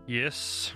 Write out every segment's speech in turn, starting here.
Yes.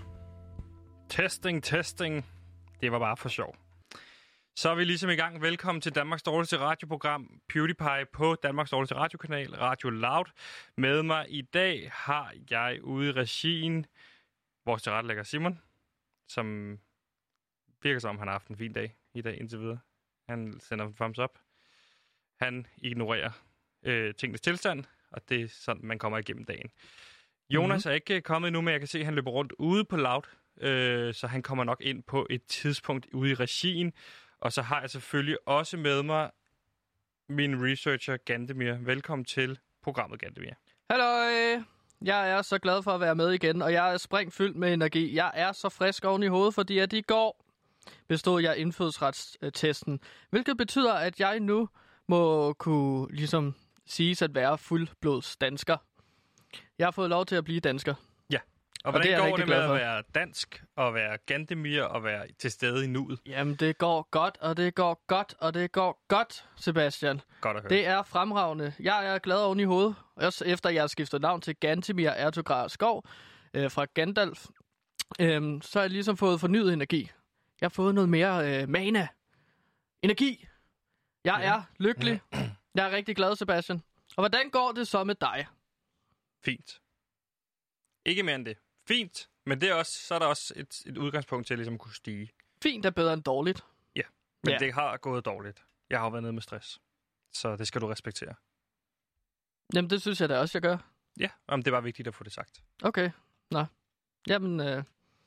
Testing. Det var bare for sjov. Så er vi ligesom i gang. Velkommen til Danmarks dårligste radioprogram, PewDiePie, på Danmarks dårligste radiokanal, Radio Loud. Med mig i dag har jeg ude i regien vores tilrettelægger Simon, som virker som han har haft en fin dag i dag indtil videre. Han sender en thumbs up. Han ignorerer tingenes tilstand, og det er sådan, man kommer igennem dagen. Jonas er ikke kommet endnu, men jeg kan se, at han løber rundt ude på Loud, så han kommer nok ind på et tidspunkt ude i regien. Og så har jeg selvfølgelig også med mig min researcher, Gandemir. Velkommen til programmet, Gandemir. Hallo! Jeg er så glad for at være med igen, og jeg er sprængfyldt med energi. Jeg er så frisk oven i hovedet, fordi at i går bestod jeg indfødsretstesten, hvilket betyder, at jeg nu må kunne ligesom siges at være fuldblods dansker. Jeg har fået lov til at blive dansker. Ja, og hvordan går det med at være dansk, og være Gandemir, og være til stede i nuet? Jamen, det går godt, og det går godt, og det går godt, Sebastian. Godt at høre. Det er fremragende. Jeg er glad oven i hovedet, også efter jeg har skiftet navn til Gantemir Ertugrar Skov fra Gandalf. Så har jeg ligesom fået fornyet energi. Jeg har fået noget mere mana. Energi. Jeg er lykkelig. Jeg er rigtig glad, Sebastian. Og hvordan går det så med dig? Fint. Ikke mere end det. Fint, men det er også, så er der også et udgangspunkt til at ligesom kunne stige. Fint er bedre end dårligt. Ja, men det har gået dårligt. Jeg har jo været nede med stress, så det skal du respektere. Jamen, det synes jeg da også, jeg gør. Ja, men det var vigtigt at få det sagt. Okay, nå. Jamen,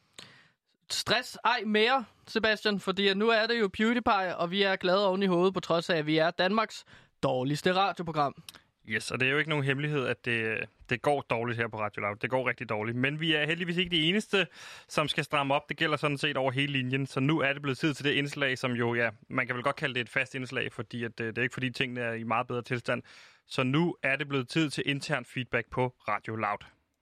stress ej mere, Sebastian, fordi nu er det jo PewDiePie, og vi er glade oven i hovedet, på trods af, at vi er Danmarks dårligste radioprogram. Yes, og det er jo ikke nogen hemmelighed, at det går dårligt her på Radio Loud. Det går rigtig dårligt. Men vi er heldigvis ikke de eneste, som skal stramme op. Det gælder sådan set over hele linjen. Så nu er det blevet tid til det indslag, som jo, ja, man kan vel godt kalde det et fast indslag, fordi at, det er ikke fordi tingene er i meget bedre tilstand. Så nu er det blevet tid til intern feedback på Radio Loud.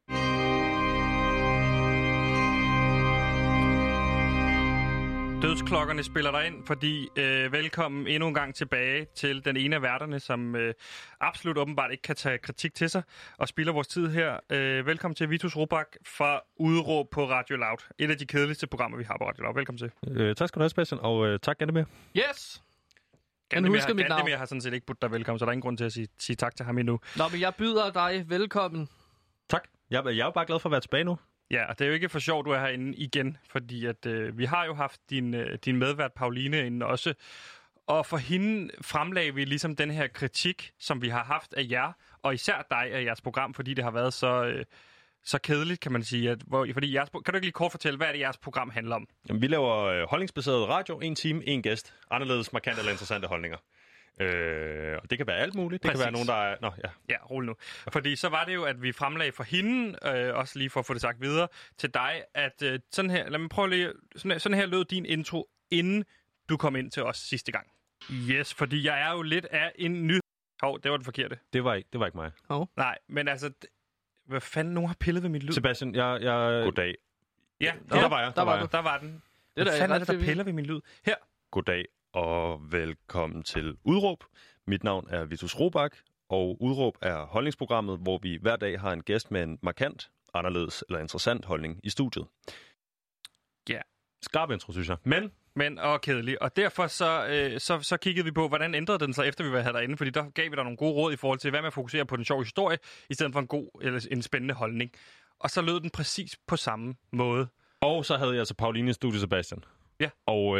Dødsklokkerne spiller dig ind, fordi velkommen endnu en gang tilbage til den ene af værterne, som absolut åbenbart ikke kan tage kritik til sig og spilder vores tid her. Velkommen til Vitus Robak fra Udråb på Radio Loud. Et af de kedeligste programmer, vi har på Radio Loud. Velkommen til. Tak skal du have, Sebastian, og tak, Gandemir. Yes! Gandemir har sådan set ikke budt dig velkommen, så der er ingen grund til at sige tak til ham endnu. Nå, men jeg byder dig velkommen. Tak. Jeg er jo bare glad for at være tilbage nu. Ja, og det er jo ikke for sjovt, du er herinde igen, fordi at, vi har jo haft din medvært Pauline inde også, og for hende fremlagde vi ligesom den her kritik, som vi har haft af jer, og især dig af jeres program, fordi det har været så kedeligt, kan man sige. Fordi kan du ikke lige kort fortælle, hvad er det, jeres program handler om? Jamen, vi laver holdningsbaseret radio, 1 time, 1 gæst, anderledes, markante eller interessante holdninger. Og det kan være alt muligt. Det kan være nogen, der er... Ja, rolig nu. Fordi så var det jo, at vi fremlagde for hende, også lige for at få det sagt videre, til dig, at sådan her... Lad mig prøve lige... Sådan her lød din intro, inden du kom ind til os sidste gang. Yes, fordi jeg er jo lidt af en ny... det var det forkerte. Det var ikke mig. Nej, men altså... Hvad fanden, nogen har pillet ved mit lyd? Sebastian, jeg... Goddag. Ja, der var den. Hvad fanden er det, der piller ved min lyd? Her. Goddag. Og velkommen til Udråb. Mit navn er Vitus Robak, og Udråb er holdningsprogrammet, hvor vi hver dag har en gæst med en markant, anderledes eller interessant holdning i studiet. Ja. Skarp intro, synes jeg. Men og kedelig. Og derfor så kiggede vi på, hvordan ændrede den sig, efter vi havde derinde. Fordi der gav vi dig nogle gode råd i forhold til, hvad med at fokusere på den sjove historie, i stedet for en god eller en spændende holdning. Og så lød den præcis på samme måde. Og så havde jeg altså Pauline i studiet, Sebastian. Ja. Og...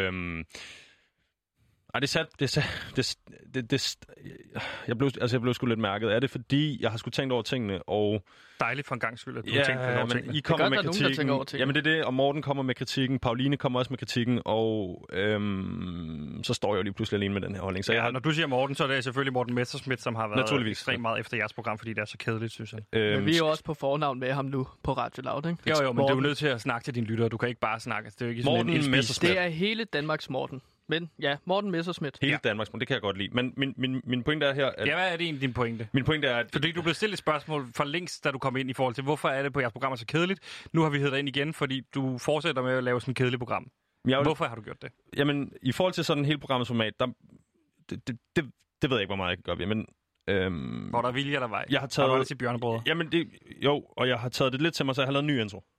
Jeg blev sgu lidt mærket. Er det fordi, jeg har sgu tænkt over tingene, og... Dejligt for en gang skyld, at du har tænkt over tingene. I kommer med kritikken. Jamen det er det, og Morten kommer med kritikken, Pauline kommer også med kritikken, og så står jeg jo lige pludselig alene med den her holdning. Så når du siger Morten, så er det selvfølgelig Morten Messerschmidt, som har været ekstremt meget efter jeres program, fordi det er så kedeligt, synes jeg. Men vi er jo også på fornavn med ham nu på Radio Loud, ikke? Jo, men du er jo nødt til at snakke til dine lyttere. Du kan ikke bare snakke. Det er jo ikke Morten Messerschmidt. Det er hele Danmarks Morten. Men ja, Morten Messerschmidt. Hele Danmarks, det kan jeg godt lide. Men min pointe er her... At hvad er det egentlig din pointe? Min pointe er, at... Fordi du blev stillet et spørgsmål for længst, da du kom ind i forhold til, hvorfor er det på jeres program så kedeligt? Nu har vi heddet dig ind igen, fordi du fortsætter med at lave sådan et kedeligt program. Hvorfor har du gjort det? Jamen, i forhold til sådan en helt programmets format, det ved jeg ikke, hvor meget jeg kan gøre ved, men... Hvor der er vilje, der vej. Jeg har taget... til Bjørnebrødre. Jamen, og jeg har taget det lidt til mig, så jeg har lavet en ny intro.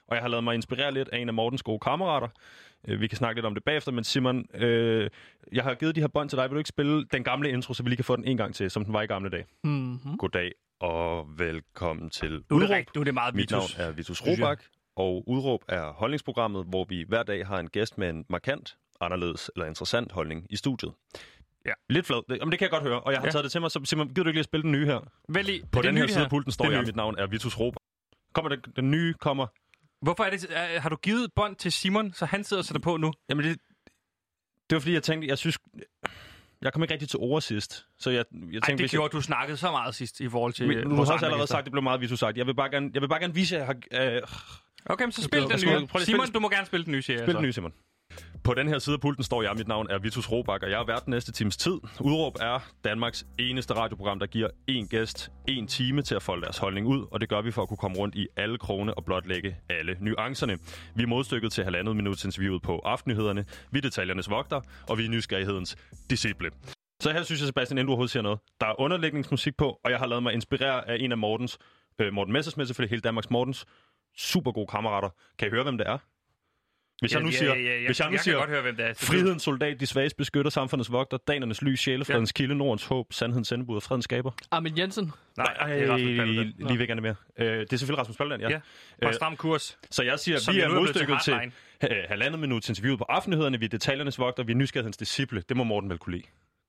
og jeg har lavet mig inspirere lidt af en af Mortens gode kammerater. Vi kan snakke lidt om det bagefter, men Simon, jeg har givet de her bånd til dig. Vil du ikke spille den gamle intro, så vi lige kan få den en gang til, som den var i gamle dage? Mm-hmm. Goddag og velkommen til Nu Udråb. er det meget Mit navn Vitus. er Vitus Robak, og Udråb er holdningsprogrammet, hvor vi hver dag har en gæst med en markant, anderledes eller interessant holdning i studiet. Ja. Lidt flad, men det kan jeg godt høre, og jeg har taget det til mig, så Simon, gider du ikke lige at spille den nye her? Vel lige, På det den her nye side af pulten står Det jeg, nye. mit navn er Vitus Robak. Kommer den nye, kommer... Hvorfor er det, har du givet bånd til Simon, så han sidder og sætter på nu? Jamen det var fordi, jeg tænkte, jeg synes... Jeg kom ikke rigtig til ord sidst, så jeg tænkte... Ej, det gjorde, du snakkede så meget sidst i forhold til... Du har også allerede sagt, det blev meget Vitus sagt. Jeg vil bare gerne vise, at jeg har... Okay, men så spil den nye. Simon, du må gerne spille den nye serie. Spil den nye, Simon. På den her side af pulten står jeg. Mit navn er Vitus Robak, og jeg har været den næste times tid. Udråb er Danmarks eneste radioprogram, der giver én gæst 1 time til at folde deres holdning ud, og det gør vi for at kunne komme rundt i alle krogene og blotlægge alle nuancerne. Vi er modstykket til 1,5 minuts interviewet på Aftennyhederne, vi er detaljernes vogter, og vi er nysgerrighedens disciple. Så her synes jeg, Sebastian, inden du overhovedet siger noget. Der er underlægningsmusik på, og jeg har lavet mig inspirere af en af Morten Messersmith, selvfølgelig hele Danmarks Mortens super gode kammerater. Kan I høre, hvem det er? Hvis jeg nu siger, godt høre, hvem det er. frihedens soldat, de svages beskytter, samfundets vogter, danernes lys, sjælefredens kilde, nordens håb, sandhedens sendebud og fredens skaber. Armin Jensen. Nej, det er Rasmus Paludan. Lige væk mere. Det er selvfølgelig Rasmus Paludan, ja. På stram kurs. Så jeg siger, Som vi jeg er nu er blevet modstykket til hardline. 1,5 minuts interviewet på Aftennyhederne, vi er detaljernes vogter, vi er nysgerrighedens disciple. Det må Morten vel kunne lide.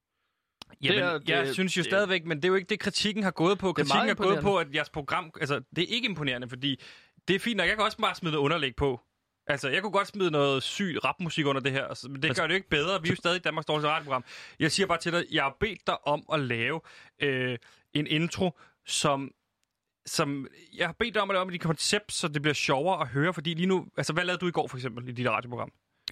Jamen, jeg synes jo stadigvæk, men det er jo ikke det, kritikken har gået på. Kritikken har gået på, at jeres program... Altså, det er ikke imponerende, fordi det er fint nok. Jeg kan også bare smide noget underlæg på. Altså, jeg kunne godt smide noget syg rapmusik under det her, men det gør det jo ikke bedre. Vi er jo stadig Danmarks dårligste radioprogram. Jeg siger bare til dig, jeg har bedt dig om at lave en intro, som jeg har bedt dig om at lave et koncept, så det bliver sjovere at høre, fordi lige nu... Altså, hvad lavede du i går, for eksempel, i dit radioprogram?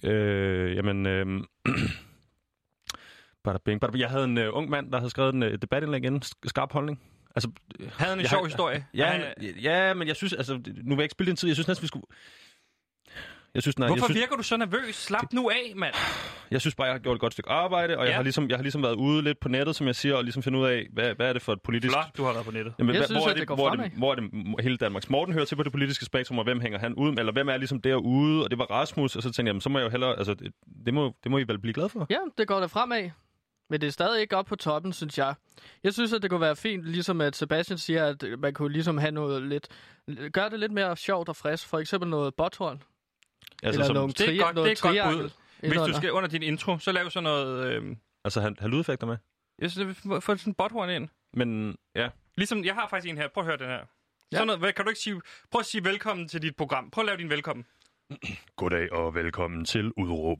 Jeg havde en ung mand, der havde skrevet en debatindlæg inden skarp holdning. Altså, havde han en sjov historie? Ja, men jeg synes, altså, nu vil jeg ikke spille din tid. Jeg synes næsten, vi skulle... Hvorfor virker du så nervøs? Slap nu af, mand. Jeg synes bare, jeg har gjort et godt stykke arbejde, og jeg har ligesom været ude lidt på nettet, som jeg siger, og ligesom finde ud af, hvad er det for et politisk... Flot, du har været på nettet. Jamen, hvor er det hele Danmarks Morten hører til på det politiske spektrum, og hvem hænger han ud med, eller hvem er ligesom derude, og det var Rasmus, og så tænkte jeg, jamen, så må jeg jo hellere... Altså, det må I vel blive glad for? Ja, det går da fremad. Men det er stadig ikke op på toppen, synes jeg. Jeg synes, at det kunne være fint, ligesom at Sebastian siger, at man kunne ligesom have noget lidt... Gøre det lidt mere sjovt og frisk. For eksempel noget botthorn. Altså, eller nogle det er godt bud. Hvis du der. skal under din intro, så lav sådan noget... Altså, have lydeffekter med? Jeg synes, få sådan en botthorn ind. Men, ja. Ligesom, jeg har faktisk en her. Prøv at høre den her. Ja. Sådan noget, kan du ikke sige... Prøv at sige velkommen til dit program. Prøv at lave din velkommen. Goddag og velkommen til Udråb.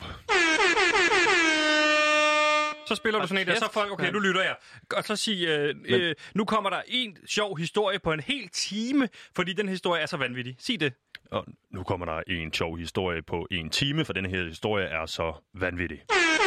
Så spiller du sådan en der, så folk, okay, nu lytter jeg. Og så sig, nu kommer der en sjov historie på en hel time, fordi den historie er så vanvittig. Sig det. Og nu kommer der en sjov historie på 1 time, for denne her historie er så vanvittig.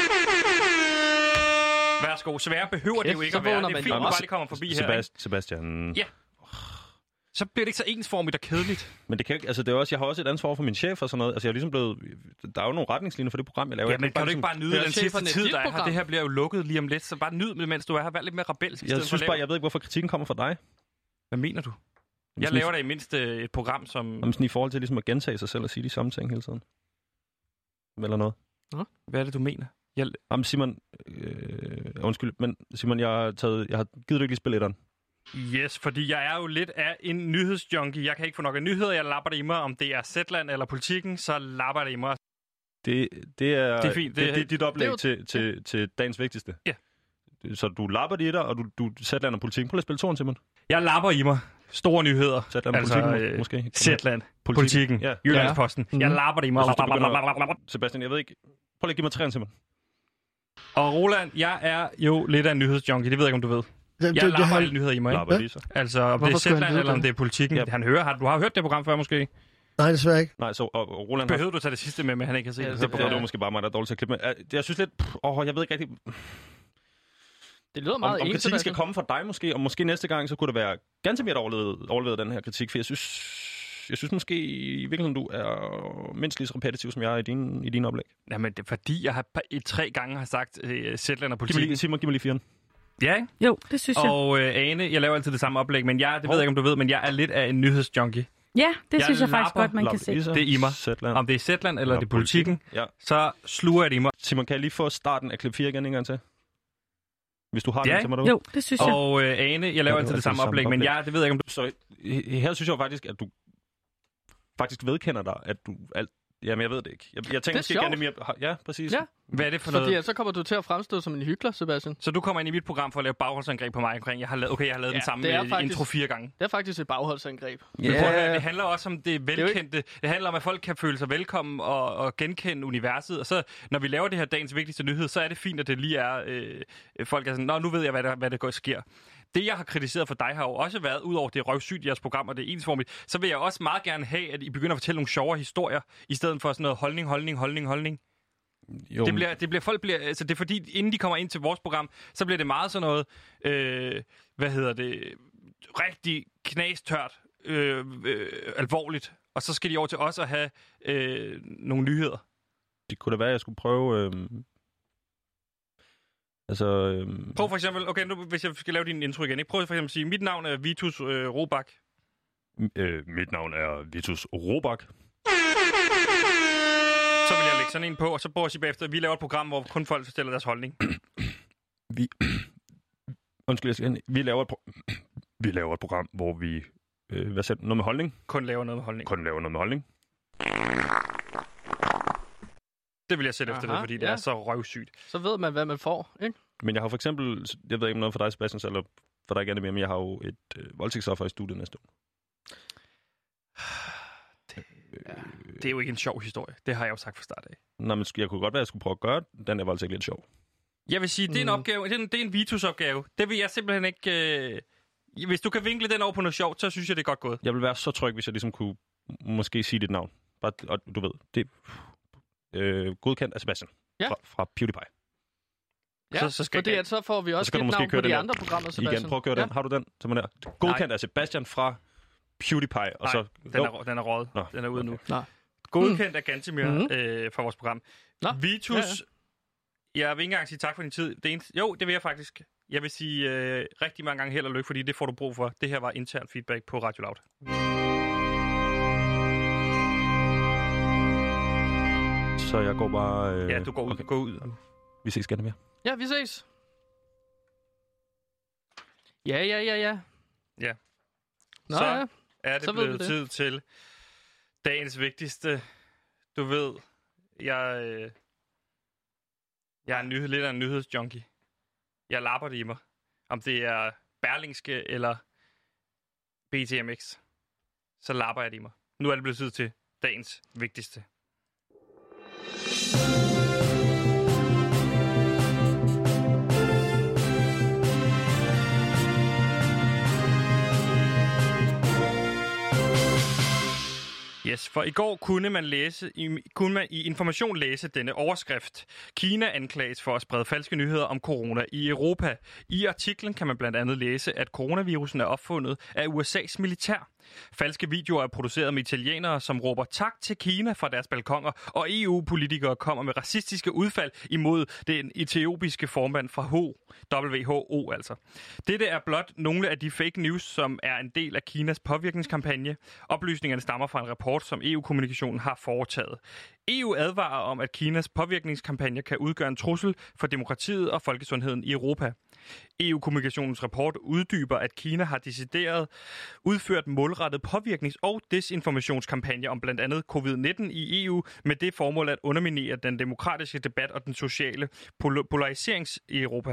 Værsgo, sværere behøver det jo ikke at være. Det er fint, du bare lige kommer forbi her. Sebastian... Ja. Så bliver det ikke så ensformigt og kedeligt. Men det kan ikke, altså det er også, jeg har også et ansvar for min chef og sådan noget. Altså jeg er ligesom blevet, der er jo nogle retningslinjer for det program, jeg laver. Ja, men kan du ikke bare nyde den sidste tid, der er her? Det her bliver jo lukket lige om lidt, så bare nyd det, mens du er her. Vær lidt mere rebelsk. Jeg synes bare, jeg ved ikke, hvorfor kritikken kommer fra dig. Hvad mener du? Jeg laver da i mindst et program, som... Sådan i forhold til ligesom at gentage sig selv og sige de samme ting hele tiden. Eller noget. Hvad er det, du mener? Jamen Simon, undskyld, men Simon, jeg har givet dig ikke lige spille etteren. Yes, fordi jeg er jo lidt af en nyhedsjunkie. Jeg kan ikke få nok af nyheder. Jeg lapper det i mig, om det er Zetland eller Politikken, så lapper det i mig. Det er fint. Det er dit oplæg til dagens vigtigste. Ja. Så du lapper det i dig, og du Zetland og Politikken. Prøv at spille toren, Simon. Jeg lapper i mig. Store nyheder. Zetland og Politikken, måske. Zetland, Politikken, ja. Jyllandsposten. Ja. Jeg lapper det i mig. Sebastian, jeg ved ikke. Prøv lige at give mig træerne, Simon. Og Roland, jeg er jo lidt af en nyhedsjunkie. Det ved jeg ikke, om du ved. Jeg lapper alle nyheder i mig. Ja. Altså, om det er Zetland, eller om det er Politikken. Ja. Du har hørt det program før, måske? Nej, desværre ikke. Nej, så og Roland... Behøvede du tage det sidste med, han ikke kan se det? Det var måske bare mig, der er dårligt til at klippe med. Jeg synes lidt... jeg ved ikke rigtig... Det lyder meget om kritikken skal komme fra dig måske, og måske næste gang, så kunne det være ganske mere overlevet den her kritik, for jeg synes måske i virkeligheden, du er mindst lige så repetitiv, som jeg er i din oplæg. Jamen, det er fordi, jeg har 3 gange har sagt Zetland og Politikken. Giv mig lige 4'eren. Ja, ikke? Jo, det synes jeg. Og Ane, jeg laver altid det samme oplæg, men det ved jeg ikke, om du ved, men jeg er lidt af en nyhedsjunkie. Ja, det synes jeg faktisk godt, man kan se. Det er i mig. Zetland. Om det er Zetland eller det er politikken, ja. så sluger jeg det i mig. Simon, kan jeg lige få starten af klip 4 igen en gang til? Hvis du har den til mig derude. Jo, det synes jeg. Og Ane, jeg laver altid det samme oplæg, men det ved jeg ikke, om du... Så her synes jeg faktisk, at du faktisk vedkender dig, at du... Jamen, jeg ved det ikke. Jeg tænker måske gerne mere... Ja, præcis. Ja. Hvad er det for noget? Fordi så kommer du til at fremstå som en hykler, Sebastian. Så du kommer ind i mit program for at lave bagholdsangreb på mig omkring. Jeg har lavet den samme intro 4 gange. Det er faktisk et bagholdsangreb. Yeah. Det handler også om det velkendte. Det handler om, at folk kan føle sig velkommen og genkende universet. Og så, når vi laver det her dagens vigtigste nyhed, så er det fint, at det lige er... folk er sådan, nå, nu ved jeg, hvad der sker. Det, jeg har kritiseret for dig, har jo også været, udover det røvsygt i jeres program, og det er ensformigt, så vil jeg også meget gerne have, at I begynder at fortælle nogle sjovere historier, i stedet for sådan noget holdning. Jo. Det er fordi, inden de kommer ind til vores program, så bliver det meget sådan noget, rigtig knastørt, alvorligt. Og så skal de over til os at have nogle nyheder. Det kunne da være, at jeg skulle prøve... Prøv for eksempel, okay, nu, hvis jeg skal lave din intro igen, ikke? Prøv for eksempel at sige, mit navn er Vitus Robak. Mit navn er Vitus Robak. Så vil jeg lægge sådan en på, og så prøver jeg sige bagefter, at vi laver et program, hvor kun folk fortæller deres holdning. Vi laver et program, hvor vi... noget med holdning? Kun laver noget med holdning. Det vil jeg sætte efter det, fordi det er så røvsygt. Så ved man, hvad man får, ikke? Men jeg har for eksempel... Jeg ved ikke om noget for dig, Sebastian, eller for dig gerne mere, men jeg har jo et voldtægtsoffer i studiet næste uge. Det er jo ikke en sjov historie. Det har jeg jo sagt fra start af. Nå, men jeg kunne godt være, at jeg skulle prøve at gøre den der voldtægt lidt sjov. Jeg vil sige, det er en opgave. Det er en Vitus-opgave. Det vil jeg simpelthen ikke... Hvis du kan vinkle den over på noget sjovt, så synes jeg, det er godt gået. Jeg vil være så tryg, hvis jeg ligesom kunne måske sige dit navn. Bare, og du ved, det er godkendt af Sebastian fra PewDiePie. Ja, så fordi at så får vi også dit navn på de andre programmer, Sebastian. Igen, prøv at køre den. Har du den? Som er godkendt af Sebastian fra PewDiePie. Og så... den er røget. Den er ude nu. Nå. Godkendt af Gantemir for vores program. Nå. Vitus, jeg vil ikke engang sige tak for din tid. Det vil jeg faktisk. Jeg vil sige rigtig mange gange held og lykke, fordi det får du brug for. Det her var intern feedback på Radio Loud. Så jeg går bare... Ja, du går ud. Okay. Gå ud. Vi ses gerne mere. Ja, vi ses. Ja. Ja. Nå, så er det så blevet tid til dagens vigtigste. Du ved, jeg er lidt af en nyhedsjunkie. Jeg lapper det i mig. Om det er Berlingske eller BTMX, så lapper jeg det i mig. Nu er det blevet tid til dagens vigtigste. Yes, for i går kunne man i Information læse denne overskrift. Kina anklages for at sprede falske nyheder om corona i Europa. I artiklen kan man blandt andet læse, at coronavirusen er opfundet af USA's militær. Falske videoer er produceret med italienere, som råber tak til Kina fra deres balkoner, og EU-politikere kommer med racistiske udfald imod den etiopiske formand fra WHO altså. Dette er blot nogle af de fake news, som er en del af Kinas påvirkningskampagne. Oplysningerne stammer fra en rapport, som EU-kommunikationen har foretaget. EU advarer om, at Kinas påvirkningskampagne kan udgøre en trussel for demokratiet og folkesundheden i Europa. EU-kommunikationens rapport uddyber, at Kina har decideret udført målrettet påvirknings- og desinformationskampagne om blandt andet covid-19 i EU med det formål at underminere den demokratiske debat og den sociale polarisering i Europa.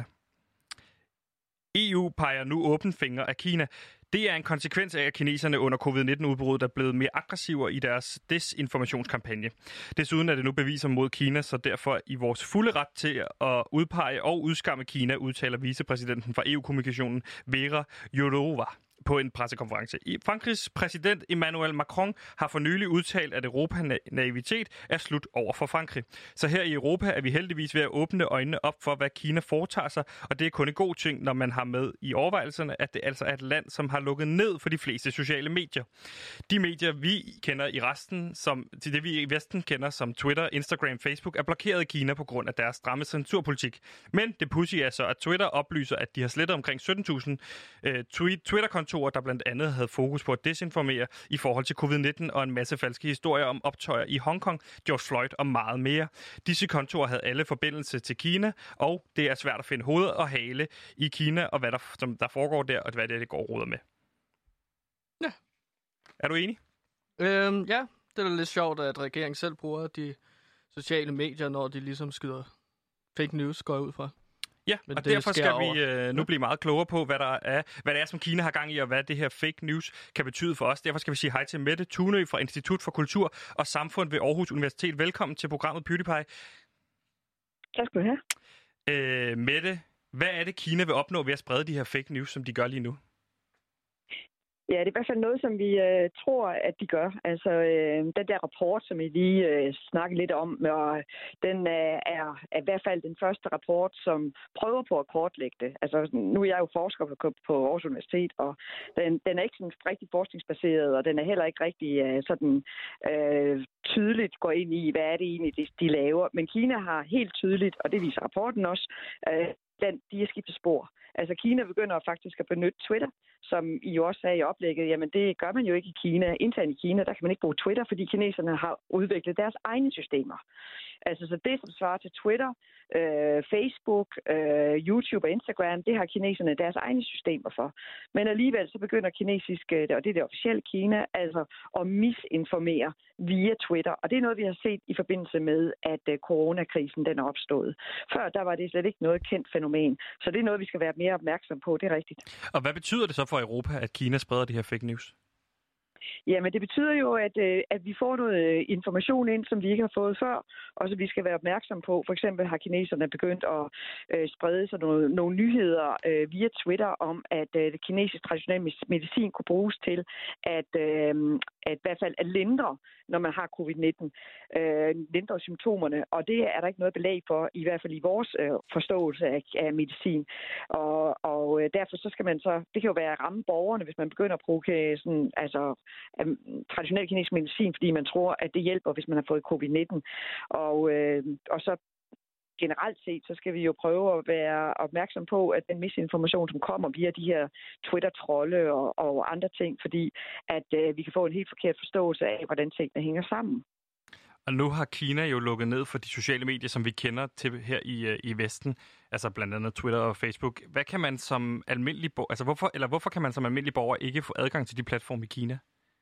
EU peger nu åben fingre af Kina. Det er en konsekvens af, at kineserne under covid-19-udbruddet er blevet mere aggressive i deres desinformationskampagne. Desuden er det nu beviser mod Kina, så derfor i vores fulde ret til at udpege og udskamme Kina, udtaler vicepræsidenten for EU-kommunikationen Vera Jourova på en pressekonference. Frankrigs præsident Emmanuel Macron har for nylig udtalt, at Europa-naivitet er slut over for Frankrig. Så her i Europa er vi heldigvis ved at åbne øjnene op for, hvad Kina foretager sig, og det er kun en god ting, når man har med i overvejelserne, at det altså er et land, som har lukket ned for de fleste sociale medier. De medier, vi kender i resten, det vi i Vesten kender som Twitter, Instagram, Facebook, er blokeret i Kina på grund af deres stramme censurpolitik. Men det pudsige er så, at Twitter oplyser, at de har slettet omkring 17.000 Twitter-kontorer kontorer, der blandt andet havde fokus på at desinformere i forhold til covid-19 og en masse falske historier om optøjer i Hongkong, George Floyd og meget mere. Disse kontorer havde alle forbindelse til Kina, og det er svært at finde hoved og hale i Kina, og hvad der foregår der, og hvad det går og roder med. Ja. Er du enig? Ja, det er da lidt sjovt, at regeringen selv bruger de sociale medier, når de ligesom skyder fake news, går ud fra. Ja, men og derfor skal vi nu blive meget klogere på, hvad det er, som Kina har gang i, og hvad det her fake news kan betyde for os. Derfor skal vi sige hej til Mette Tunø fra Institut for Kultur og Samfund ved Aarhus Universitet. Velkommen til programmet PewDiePie. Tak skal du have. Mette, hvad er det, Kina vil opnå ved at sprede de her fake news, som de gør lige nu? Ja, det er i hvert fald noget, som vi tror, at de gør. Altså, den der rapport, som I lige snakkede lidt om, og den er i hvert fald den første rapport, som prøver på at kortlægge det. Altså, nu er jeg jo forsker på Aarhus Universitet, og den er ikke sådan rigtig forskningsbaseret, og den er heller ikke rigtig tydeligt går ind i, hvad er det egentlig, de laver. Men Kina har helt tydeligt, og det viser rapporten også, de har skiftet spor. Altså Kina begynder faktisk at benytte Twitter, som I jo også sagde i oplægget. Jamen det gør man jo ikke i Kina. Internt i Kina, der kan man ikke bruge Twitter, fordi kineserne har udviklet deres egne systemer. Altså så det, som svarer til Twitter, Facebook, YouTube og Instagram, det har kineserne deres egne systemer for. Men alligevel så begynder kinesisk, og det er det officielle Kina, altså at misinformere via Twitter. Og det er noget, vi har set i forbindelse med, at coronakrisen den er opstået. Før der var det slet ikke noget kendt fænomen. Så det er noget, vi skal være mere opmærksom på. Det er rigtigt. Og hvad betyder det så for Europa, at Kina spreder de her fake news? Jamen, det betyder jo, at vi får noget information ind, som vi ikke har fået før, og så vi skal være opmærksom på. For eksempel har kineserne begyndt at sprede sig nogle nyheder via Twitter om, at kinesisk traditionel medicin kunne bruges til at i hvert fald at lindre, når man har covid-19, lindre symptomerne. Og det er der ikke noget belæg for, i hvert fald i vores forståelse af medicin. Og derfor så skal man så, det kan jo være at ramme borgerne, hvis man begynder at bruge sådan, altså traditionel kinesisk medicin, fordi man tror, at det hjælper, hvis man har fået covid-19. Og så generelt set, så skal vi jo prøve at være opmærksom på, at den misinformation, som kommer via de her Twitter-trolde og andre ting, fordi at vi kan få en helt forkert forståelse af, hvordan tingene hænger sammen. Og nu har Kina jo lukket ned for de sociale medier, som vi kender til her i Vesten, altså blandt andet Twitter og Facebook. Hvad kan man som almindelig borger, altså hvorfor kan man som almindelig borger ikke få adgang til de platforme i Kina?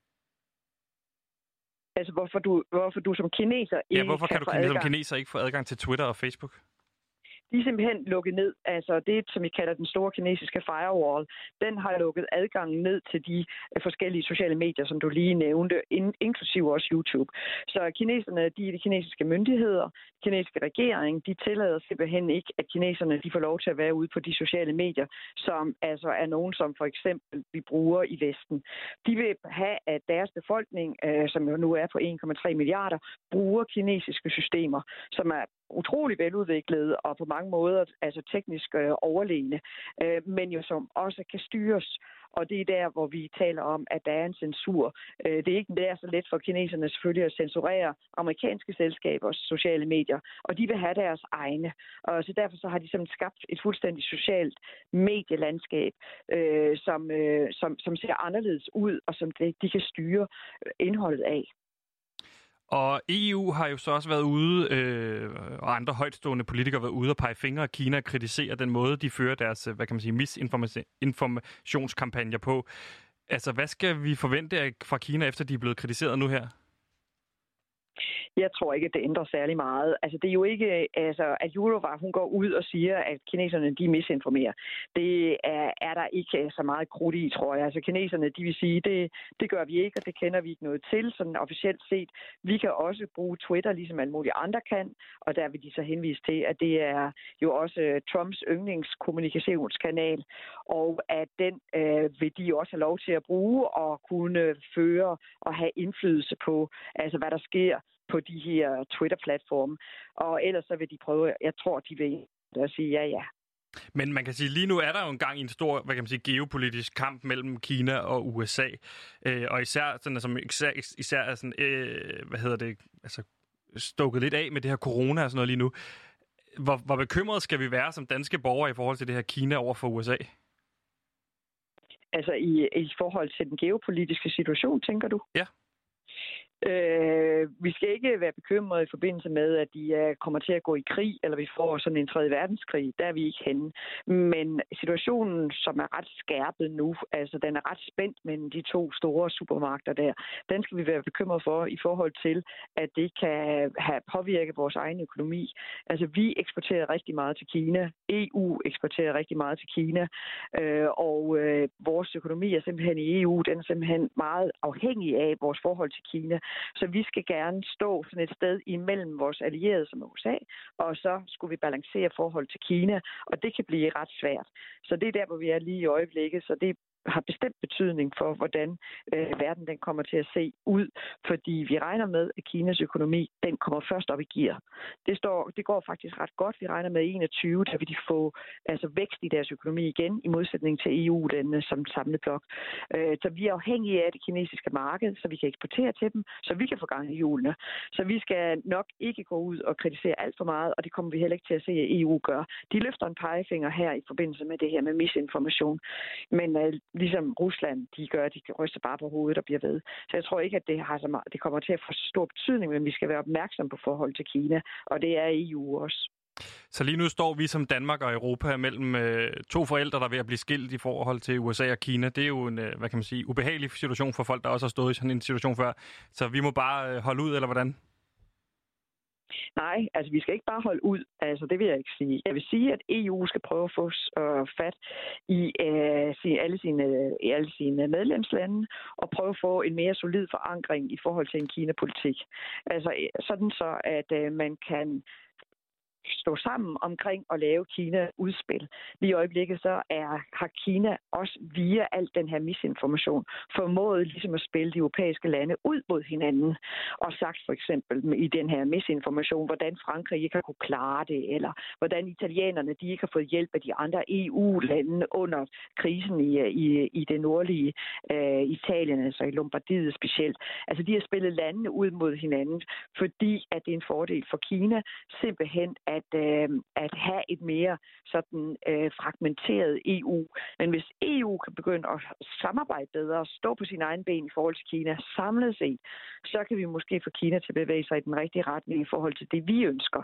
Altså hvorfor du som kineser ikke hvorfor kan du som kineser ikke få adgang til Twitter og Facebook? De er simpelthen lukket ned. Altså det, som vi kalder den store kinesiske firewall, den har lukket adgangen ned til de forskellige sociale medier, som du lige nævnte, inklusive også YouTube. Så kineserne, de kinesiske myndigheder, den kinesiske regering, de tillader simpelthen ikke, at kineserne de får lov til at være ude på de sociale medier, som altså er nogen, som for eksempel vi bruger i Vesten. De vil have, at deres befolkning, som jo nu er på 1,3 milliarder, bruger kinesiske systemer, som er utrolig veludviklede og på mange måder altså teknisk overlegne, men jo som også kan styres. Og det er der, hvor vi taler om, at der er en censur. Det er ikke der så let for kineserne selvfølgelig at censurere amerikanske selskabers sociale medier, og de vil have deres egne. Og så derfor så har de simpelthen skabt et fuldstændig socialt medielandskab, som ser anderledes ud, og som de kan styre indholdet af. Og EU har jo så også været ude, og andre højtstående politikere har været ude og pege fingre af Kina og kritisere den måde, de fører deres, misinformationskampagner på. Altså, hvad skal vi forvente fra Kina, efter de er blevet kritiseret nu her? Jeg tror ikke, at det ændrer særlig meget. Altså, det er jo ikke, at Jourova, hun går ud og siger, at kineserne, de misinformerer. Det er der ikke så meget krudt i, tror jeg. Altså, kineserne, de vil sige, det gør vi ikke, og det kender vi ikke noget til, sådan officielt set. Vi kan også bruge Twitter, ligesom alle mulige andre kan, og der vil de så henvise til, at det er jo også Trumps yndlingskommunikationskanal, og at den vil de også have lov til at bruge og kunne føre og have indflydelse på, altså hvad der sker på de her Twitter-platforme. Og ellers så vil de prøve, jeg tror, de vil sige ja. Men man kan sige, lige nu er der jo engang en stor, geopolitisk kamp mellem Kina og USA. Og især sådan, er sådan, stukket lidt af med det her corona og sådan noget lige nu. Hvor bekymret skal vi være som danske borgere i forhold til det her Kina over for USA? Altså i forhold til den geopolitiske situation, tænker du? Ja. Vi skal ikke være bekymrede i forbindelse med, at de kommer til at gå i krig, eller vi får sådan en 3. verdenskrig. Der er vi ikke henne. Men situationen, som er ret skærpet nu, altså den er ret spændt mellem de 2 store supermarkeder der, den skal vi være bekymrede for i forhold til, at det kan have påvirket vores egen økonomi. Altså vi eksporterer rigtig meget til Kina. EU eksporterer rigtig meget til Kina. Og vores økonomi er simpelthen i EU, den er simpelthen meget afhængig af vores forhold til Kina. Så vi skal gerne stå sådan et sted imellem vores allierede som USA, og så skulle vi balancere forhold til Kina, og det kan blive ret svært. Så det er der, hvor vi er lige i øjeblikket, så det har bestemt betydning for, hvordan verden den kommer til at se ud, fordi vi regner med, at Kinas økonomi, den kommer først op i gear. Det går faktisk ret godt. Vi regner med 21, der vil de få vækst i deres økonomi igen, i modsætning til EU-landene som samlet blok. Så vi er afhængige af det kinesiske marked, så vi kan eksportere til dem, så vi kan få gang i hjulene. Så vi skal nok ikke gå ud og kritisere alt for meget, og det kommer vi heller ikke til at se, at EU gør. De løfter en pegefinger her i forbindelse med det her med misinformation. Men ligesom Rusland, de ryster bare på hovedet og bliver ved. Så jeg tror ikke, at det kommer til at få stor betydning, men vi skal være opmærksom på forhold til Kina, og det er EU også. Så lige nu står vi som Danmark og Europa mellem 2 forældre, der er ved at blive skilt i forhold til USA og Kina. Det er jo en, ubehagelig situation for folk, der også har stået i sådan en situation før. Så vi må bare holde ud, eller hvordan? Nej, altså vi skal ikke bare holde ud. Altså det vil jeg ikke sige. Jeg vil sige, at EU skal prøve at få fat i alle sine medlemslande og prøve at få en mere solid forankring i forhold til en Kina-politik. Altså sådan så, at man kan stå sammen omkring at lave Kina-udspil. Lige i øjeblikket så har Kina også via alt den her misinformation formået ligesom at spille de europæiske lande ud mod hinanden og sagt for eksempel i den her misinformation, hvordan Frankrig ikke har kunne klare det, eller hvordan italienerne de ikke har fået hjælp af de andre EU-lande under krisen i det nordlige Italien, altså i Lombardiet specielt. Altså de har spillet landene ud mod hinanden, fordi at det er en fordel for Kina simpelthen at have et mere sådan fragmenteret EU. Men hvis EU kan begynde at samarbejde bedre og stå på sine egne ben i forhold til Kina samlet set, så kan vi måske få Kina til at bevæge sig i den rigtige retning i forhold til det, vi ønsker.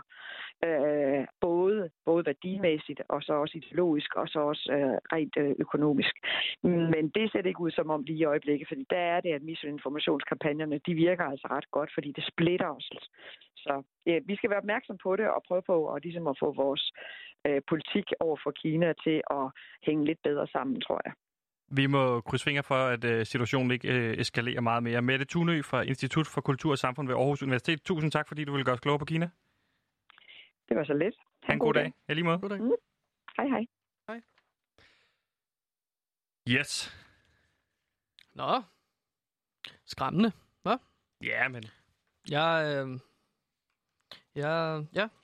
Både værdimæssigt og så også ideologisk og så også rent økonomisk. Men det ser ikke ud som om lige i øjeblikket, fordi der er det, at misinformationskampagnerne, de virker altså ret godt, fordi det splitter os. Så vi skal være opmærksom på det og prøve på at få vores politik over for Kina til at hænge lidt bedre sammen, tror jeg. Vi må krydse fingre for, at situationen ikke eskalerer meget mere. Mette Thunø fra Institut for Kultur og Samfund ved Aarhus Universitet. Tusind tak, fordi du ville gøre os klogere på Kina. Det var så lidt. Ha' en god dag. Ja, lige måde. God dag. Hej, hej. Hej. Yes. Nå. Skræmmende, hva? Ja, men... Ja.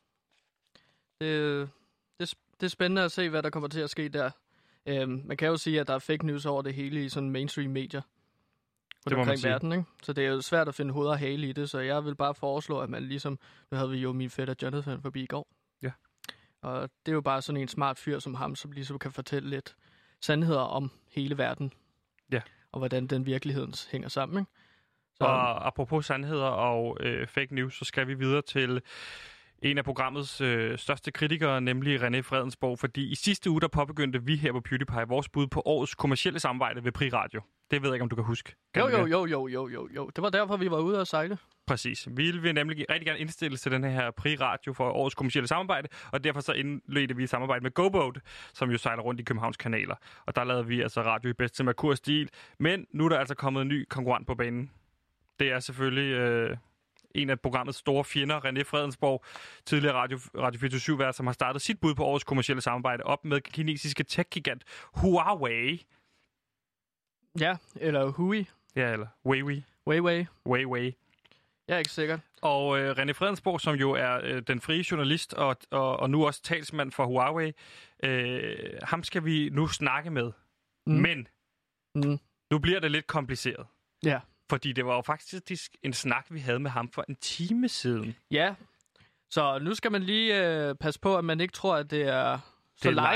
Det er spændende at se, hvad der kommer til at ske der. Man kan jo sige, at der er fake news over det hele i sådan mainstream medier. Det omkring verden, ikke? Så det er jo svært at finde hoved og hale i det, så jeg vil bare foreslå, at man ligesom... Nu havde vi jo min fætter Jonathan forbi i går. Ja. Og det er jo bare sådan en smart fyr som ham, som ligesom kan fortælle lidt sandheder om hele verden. Ja. Og hvordan den virkeligheden hænger sammen, ikke? Så... Og apropos sandheder og fake news, så skal vi videre til en af programmets største kritikere, nemlig René Fredensborg, fordi i sidste uge, der påbegyndte vi her på PewDiePie vores bud på årets kommercielle samarbejde ved Pri Radio. Det ved jeg ikke, om du kan huske. Jo. Det var derfor, vi var ude og sejle. Præcis. Vi vil nemlig rigtig gerne indstille til den her Pri Radio for årets kommercielle samarbejde, og derfor så indledte vi et samarbejde med GoBoat, som jo sejler rundt i Københavns kanaler. Og der lavede vi altså radio i bedste Merkur-stil, men nu er der altså kommet en ny konkurrent på banen. Det er selvfølgelig en af programmets store fjender, René Fredensborg, tidligere Radio 24/7-vært, som har startet sit bud på årets kommercielle samarbejde op med kinesiske tech-gigant Huawei. Ja, eller Hui. Ja, eller Huawei. Huawei. Jeg er ikke sikker. Og René Fredensborg, som jo er den frie journalist og nu også talsmand for Huawei, ham skal vi nu snakke med. Men nu bliver det lidt kompliceret. Ja. Fordi det var jo faktisk en snak, vi havde med ham for en time siden. Ja, så nu skal man lige passe på, at man ikke tror, at det er så live.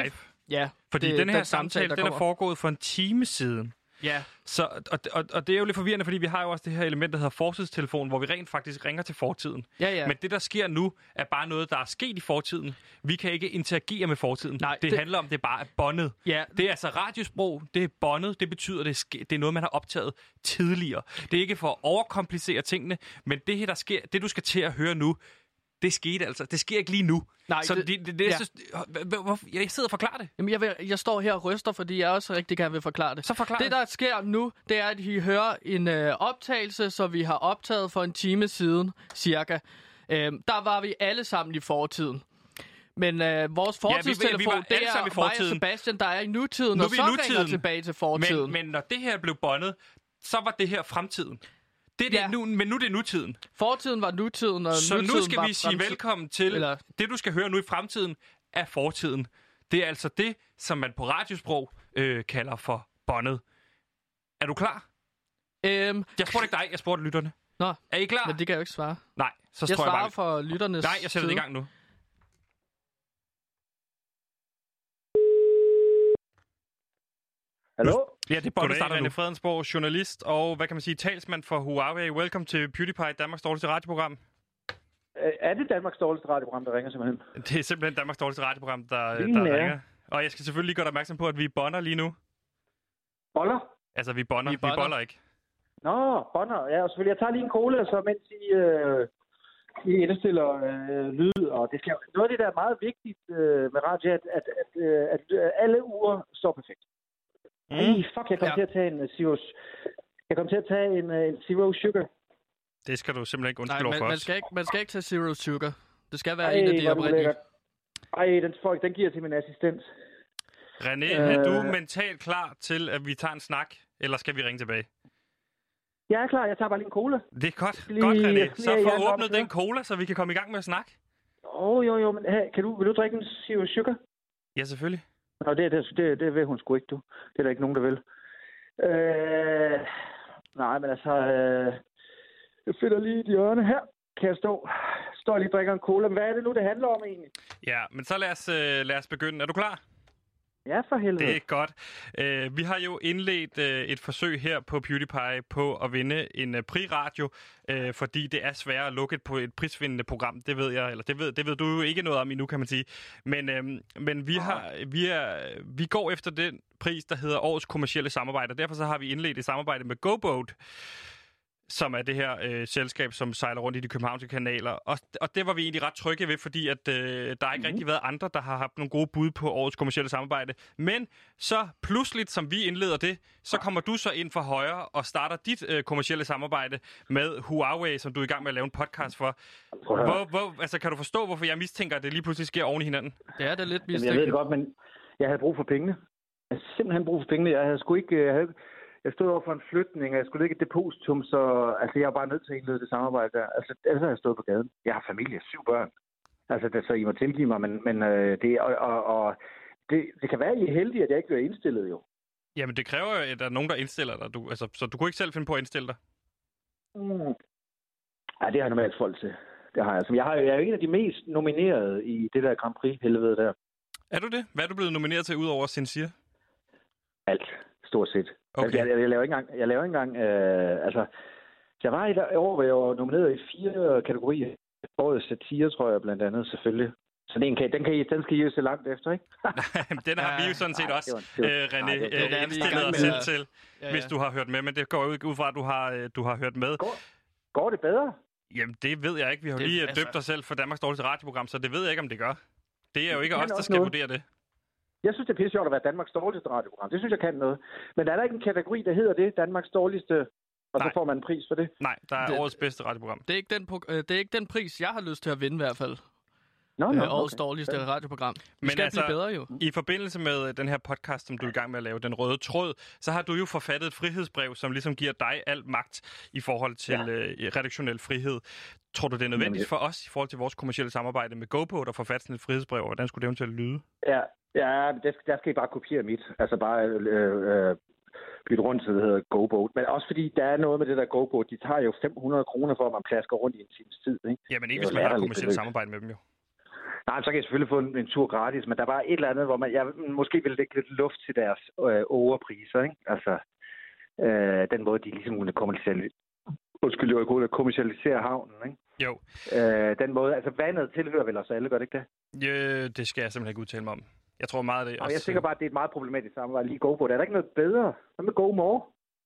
Ja. Fordi den her samtale, den er foregået for en time siden. Ja. Så, og det er jo lidt forvirrende, fordi vi har jo også det her element, der hedder fortidstelefon, hvor vi rent faktisk ringer til fortiden. Ja. Men det, der sker nu, er bare noget, der er sket i fortiden. Vi kan ikke interagere med fortiden. Nej, det handler om, det bare er båndet. Ja. Det er altså radiosprog, det er båndet, det betyder, det er noget, man har optaget tidligere. Det er ikke for at overkomplicere tingene, men det her, der sker, det du skal til at høre nu, det skete altså. Det sker ikke lige nu. Nej, så jeg sidder og forklarer det. Jamen, jeg står her og ryster, fordi jeg også rigtig gerne vil forklare det. Så forklar det, der sker nu, det er, at I hører en optagelse, som vi har optaget for en time siden, cirka. Der var vi alle sammen i fortiden. Men vores fortidstelefon, det er mig og Sebastian, der er i nutiden, og så ringer tilbage til fortiden. Men når det her blev båndet, så var det her fremtiden. Men nu er det nutiden. Fortiden var nutiden, og så nutiden nu skal vi sige velkommen til det, du skal høre nu i fremtiden, er fortiden. Det er altså det, som man på radiosprog kalder for båndet. Er du klar? Jeg spurgte ikke dig, jeg spurgte lytterne. Nå, er I klar? Men det kan jeg jo ikke svare. Nej, så jeg tror jeg bare... Jeg svarer for lytternes Nej, jeg sætter det i gang nu. Hallo? Ja, det er Bonnie René Fredensborg, journalist og, hvad kan man sige, talsmand for Huawei. Welcome til PewDiePie, Danmarks dårligste radioprogram. Er det Danmarks dårligste radioprogram, der ringer simpelthen? Det er simpelthen Danmarks dårligste radioprogram, der ringer. Og jeg skal selvfølgelig lige gøre dig opmærksom på, at vi bonder lige nu. Boller? Altså, vi boller ikke. Nå, bonder. Ja, og selvfølgelig. Jeg tager lige en cola, så mens I indstiller lyd. Og det skal, noget af det, der er meget vigtigt med radio, at alle uger står perfekt. Jeg kom til at tage en Zero... Jeg kom til at tage en Zero Sugar. Det skal du simpelthen ikke undskylde for os. Man skal ikke tage Zero Sugar. Det skal være en af de oprindelige. Den giver til min assistent. René, er du mentalt klar til, at vi tager en snak, eller skal vi ringe tilbage? Jeg er klar. Jeg tager bare lige en cola. Det er godt, René. Så få åbnet den cola, så vi kan komme i gang med at snakke. Jo, men vil du drikke en Zero Sugar? Ja, selvfølgelig. Nå, det vil hun sgu ikke, du. Det er der ikke nogen, der vil. Nej, men altså... jeg finder lige i hjørne her. Kan jeg står lige og drikker en cola. Men hvad er det nu, det handler om egentlig? Ja, men så lad os begynde. Er du klar? Ja, for helvede. Det er godt. Vi har jo indledt et forsøg her på PewDiePie på at vinde en priradio, fordi det er svært at lukke på et prisvindende program. Det ved jeg, eller det ved du jo ikke noget om endnu, kan man sige. Men vi går efter den pris, der hedder Årets kommercielle samarbejde. Derfor så har vi indledt et samarbejde med GoBoat, som er det her selskab, som sejler rundt i de københavnske kanaler. Og det var vi egentlig ret trygge ved, fordi at, der har ikke rigtig været andre, der har haft nogle gode bud på årets kommercielle samarbejde. Men så pludseligt, som vi indleder det, så kommer du så ind for højre og starter dit kommercielle samarbejde med Huawei, som du er i gang med at lave en podcast for. Kan du forstå, hvorfor jeg mistænker, at det lige pludselig sker oven i hinanden? Det er da lidt mistænkt. Jeg ved det godt, men jeg havde brug for pengene. Jeg havde simpelthen brug for pengene. Jeg stod over for en flytning, og jeg skulle lægge et depositum, så jeg var bare nødt til at indlede det samarbejde der. Ellers har jeg stået på gaden. Jeg har familie, 7 børn. Så I må tilgive mig, men det kan være, at I er heldige, at jeg ikke bliver indstillet jo. Jamen, det kræver jo, at der er nogen, der indstiller dig. Så du kunne ikke selv finde på at indstille dig? Ja, det har jeg normalt folk til. Det har jeg. Jeg er jo en af de mest nominerede i det der Grand Prix-helvede der. Er du det? Hvad er du blevet nomineret til, udover Sincere? Alt, stort set. Okay. Jeg laver ikke engang... jeg var i et år, hvor jeg var nomineret i 4 kategorier. Årets satire, tror jeg, blandt andet, selvfølgelig. Så den skal I jo se langt efter, ikke? Den har vi jo sådan set også, René, indstillet os selv til, hvis du har hørt med. Men det går jo ikke ud fra, at du har hørt med. Går det bedre? Jamen, det ved jeg ikke. Vi har lige døbt os selv for Danmarks dårligste radioprogram, så det ved jeg ikke, om det gør. Det er jo ikke os, der skal vurdere det. Jeg synes, det er pisse sjovt at være Danmarks dårligste radioprogram. Det synes jeg kan noget. Men er der ikke en kategori, der hedder det? Danmarks dårligste, og så får man en pris for det? Nej, der er årets bedste radioprogram. Det er ikke den pris, jeg har lyst til at vinde i hvert fald. Årets dårligste radioprogram. Vi skal blive bedre jo. I forbindelse med den her podcast, som du er i gang med at lave, Den Røde Tråd, så har du jo forfattet et frihedsbrev, som ligesom giver dig al magt i forhold til redaktionel frihed. Tror du, det er nødvendigt for os, i forhold til vores kommercielle samarbejde med GoBoat, at forfatte sådan et frihedsbrev, og hvordan skulle det eventuelt lyde? Ja, der skal I bare kopiere mit. Bare bytte rundt til det hedder GoBoat. Men også fordi der er noget med det der GoBoat. De tager jo 500 kroner for, at man plasker rundt i en times tid. Ikke? Jamen ikke, hvis man har kommercielt samarbejde med dem jo. Nej, så kan jeg selvfølgelig få en tur gratis, men der var et eller andet, hvor jeg måske ville lægge lidt luft til deres overpriser, ikke? Altså, den måde, de ligesom kunne kommercialisere havnen, ikke? Jo. Den måde, altså vandet tilhører vel os alle, gør det ikke det? Det skal jeg simpelthen ikke udtale mig om. Jeg tror meget, det er også... Jeg er sikker bare, at det er et meget problematisk samarbejde lige GoBoat. Er der ikke noget bedre? Hvad med GoMore?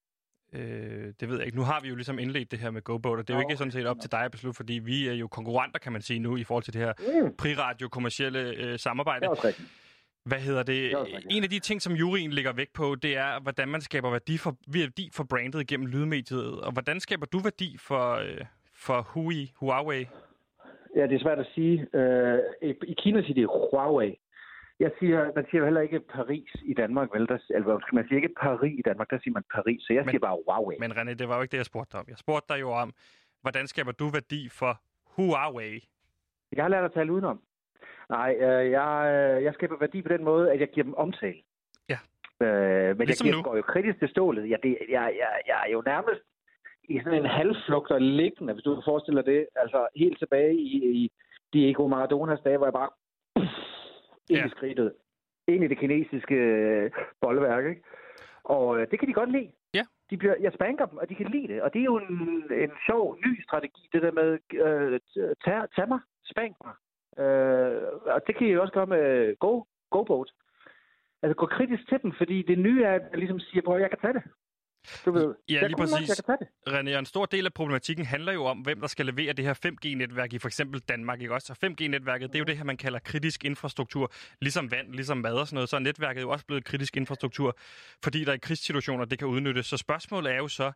Det ved jeg ikke. Nu har vi jo ligesom indledt det her med GoBoat, og det er jo ikke sådan set op til dig at beslutte, fordi vi er jo konkurrenter, kan man sige nu, i forhold til det her priradio-kommercielle samarbejde. Det er også rigtigt. Hvad hedder det? En af de ting, som juryen lægger vægt på, det er, hvordan man skaber værdi for brandet gennem lydmediet. Og hvordan skaber du værdi for Huawei? Ja, det er svært at sige. I Kina siger det Huawei. Man siger jo heller ikke Paris i Danmark, vel? Man siger ikke Paris i Danmark, der siger man Paris, så jeg siger bare Huawei. Men René, det var jo ikke det, jeg spurgte dig om. Jeg spurgte dig jo om, hvordan skaber du værdi for Huawei? Jeg har lært at tale udenom. Nej, jeg skaber værdi på den måde, at jeg giver dem omtale. Ja. Men ligesom jeg går jo kritisk til stålet. Jeg er jo nærmest i sådan en halvflugt og liggende, hvis du forestiller det. Altså helt tilbage i Diego Maradonas dage, hvor jeg bare ind i skridtet. Ind i det kinesiske boldværk, ikke? Og det kan de godt lide. Ja. Jeg spanker dem, og de kan lide det. Og det er jo en sjov, ny strategi, det der med tag mig, spank mig. Og det kan I jo også gøre med GoBoat. Altså gå kritisk til dem, fordi det nye er, at jeg ligesom siger, at jeg kan tage det. Du ved, ja, lige præcis. René, en stor del af problematikken handler jo om, hvem der skal levere det her 5G-netværk i for eksempel Danmark, ikke også? Så 5G-netværket, det er jo det her, man kalder kritisk infrastruktur. Ligesom vand, ligesom mad og sådan noget, så er netværket jo også blevet kritisk infrastruktur, fordi der er krigssituationer, det kan udnyttes. Så spørgsmålet er jo så,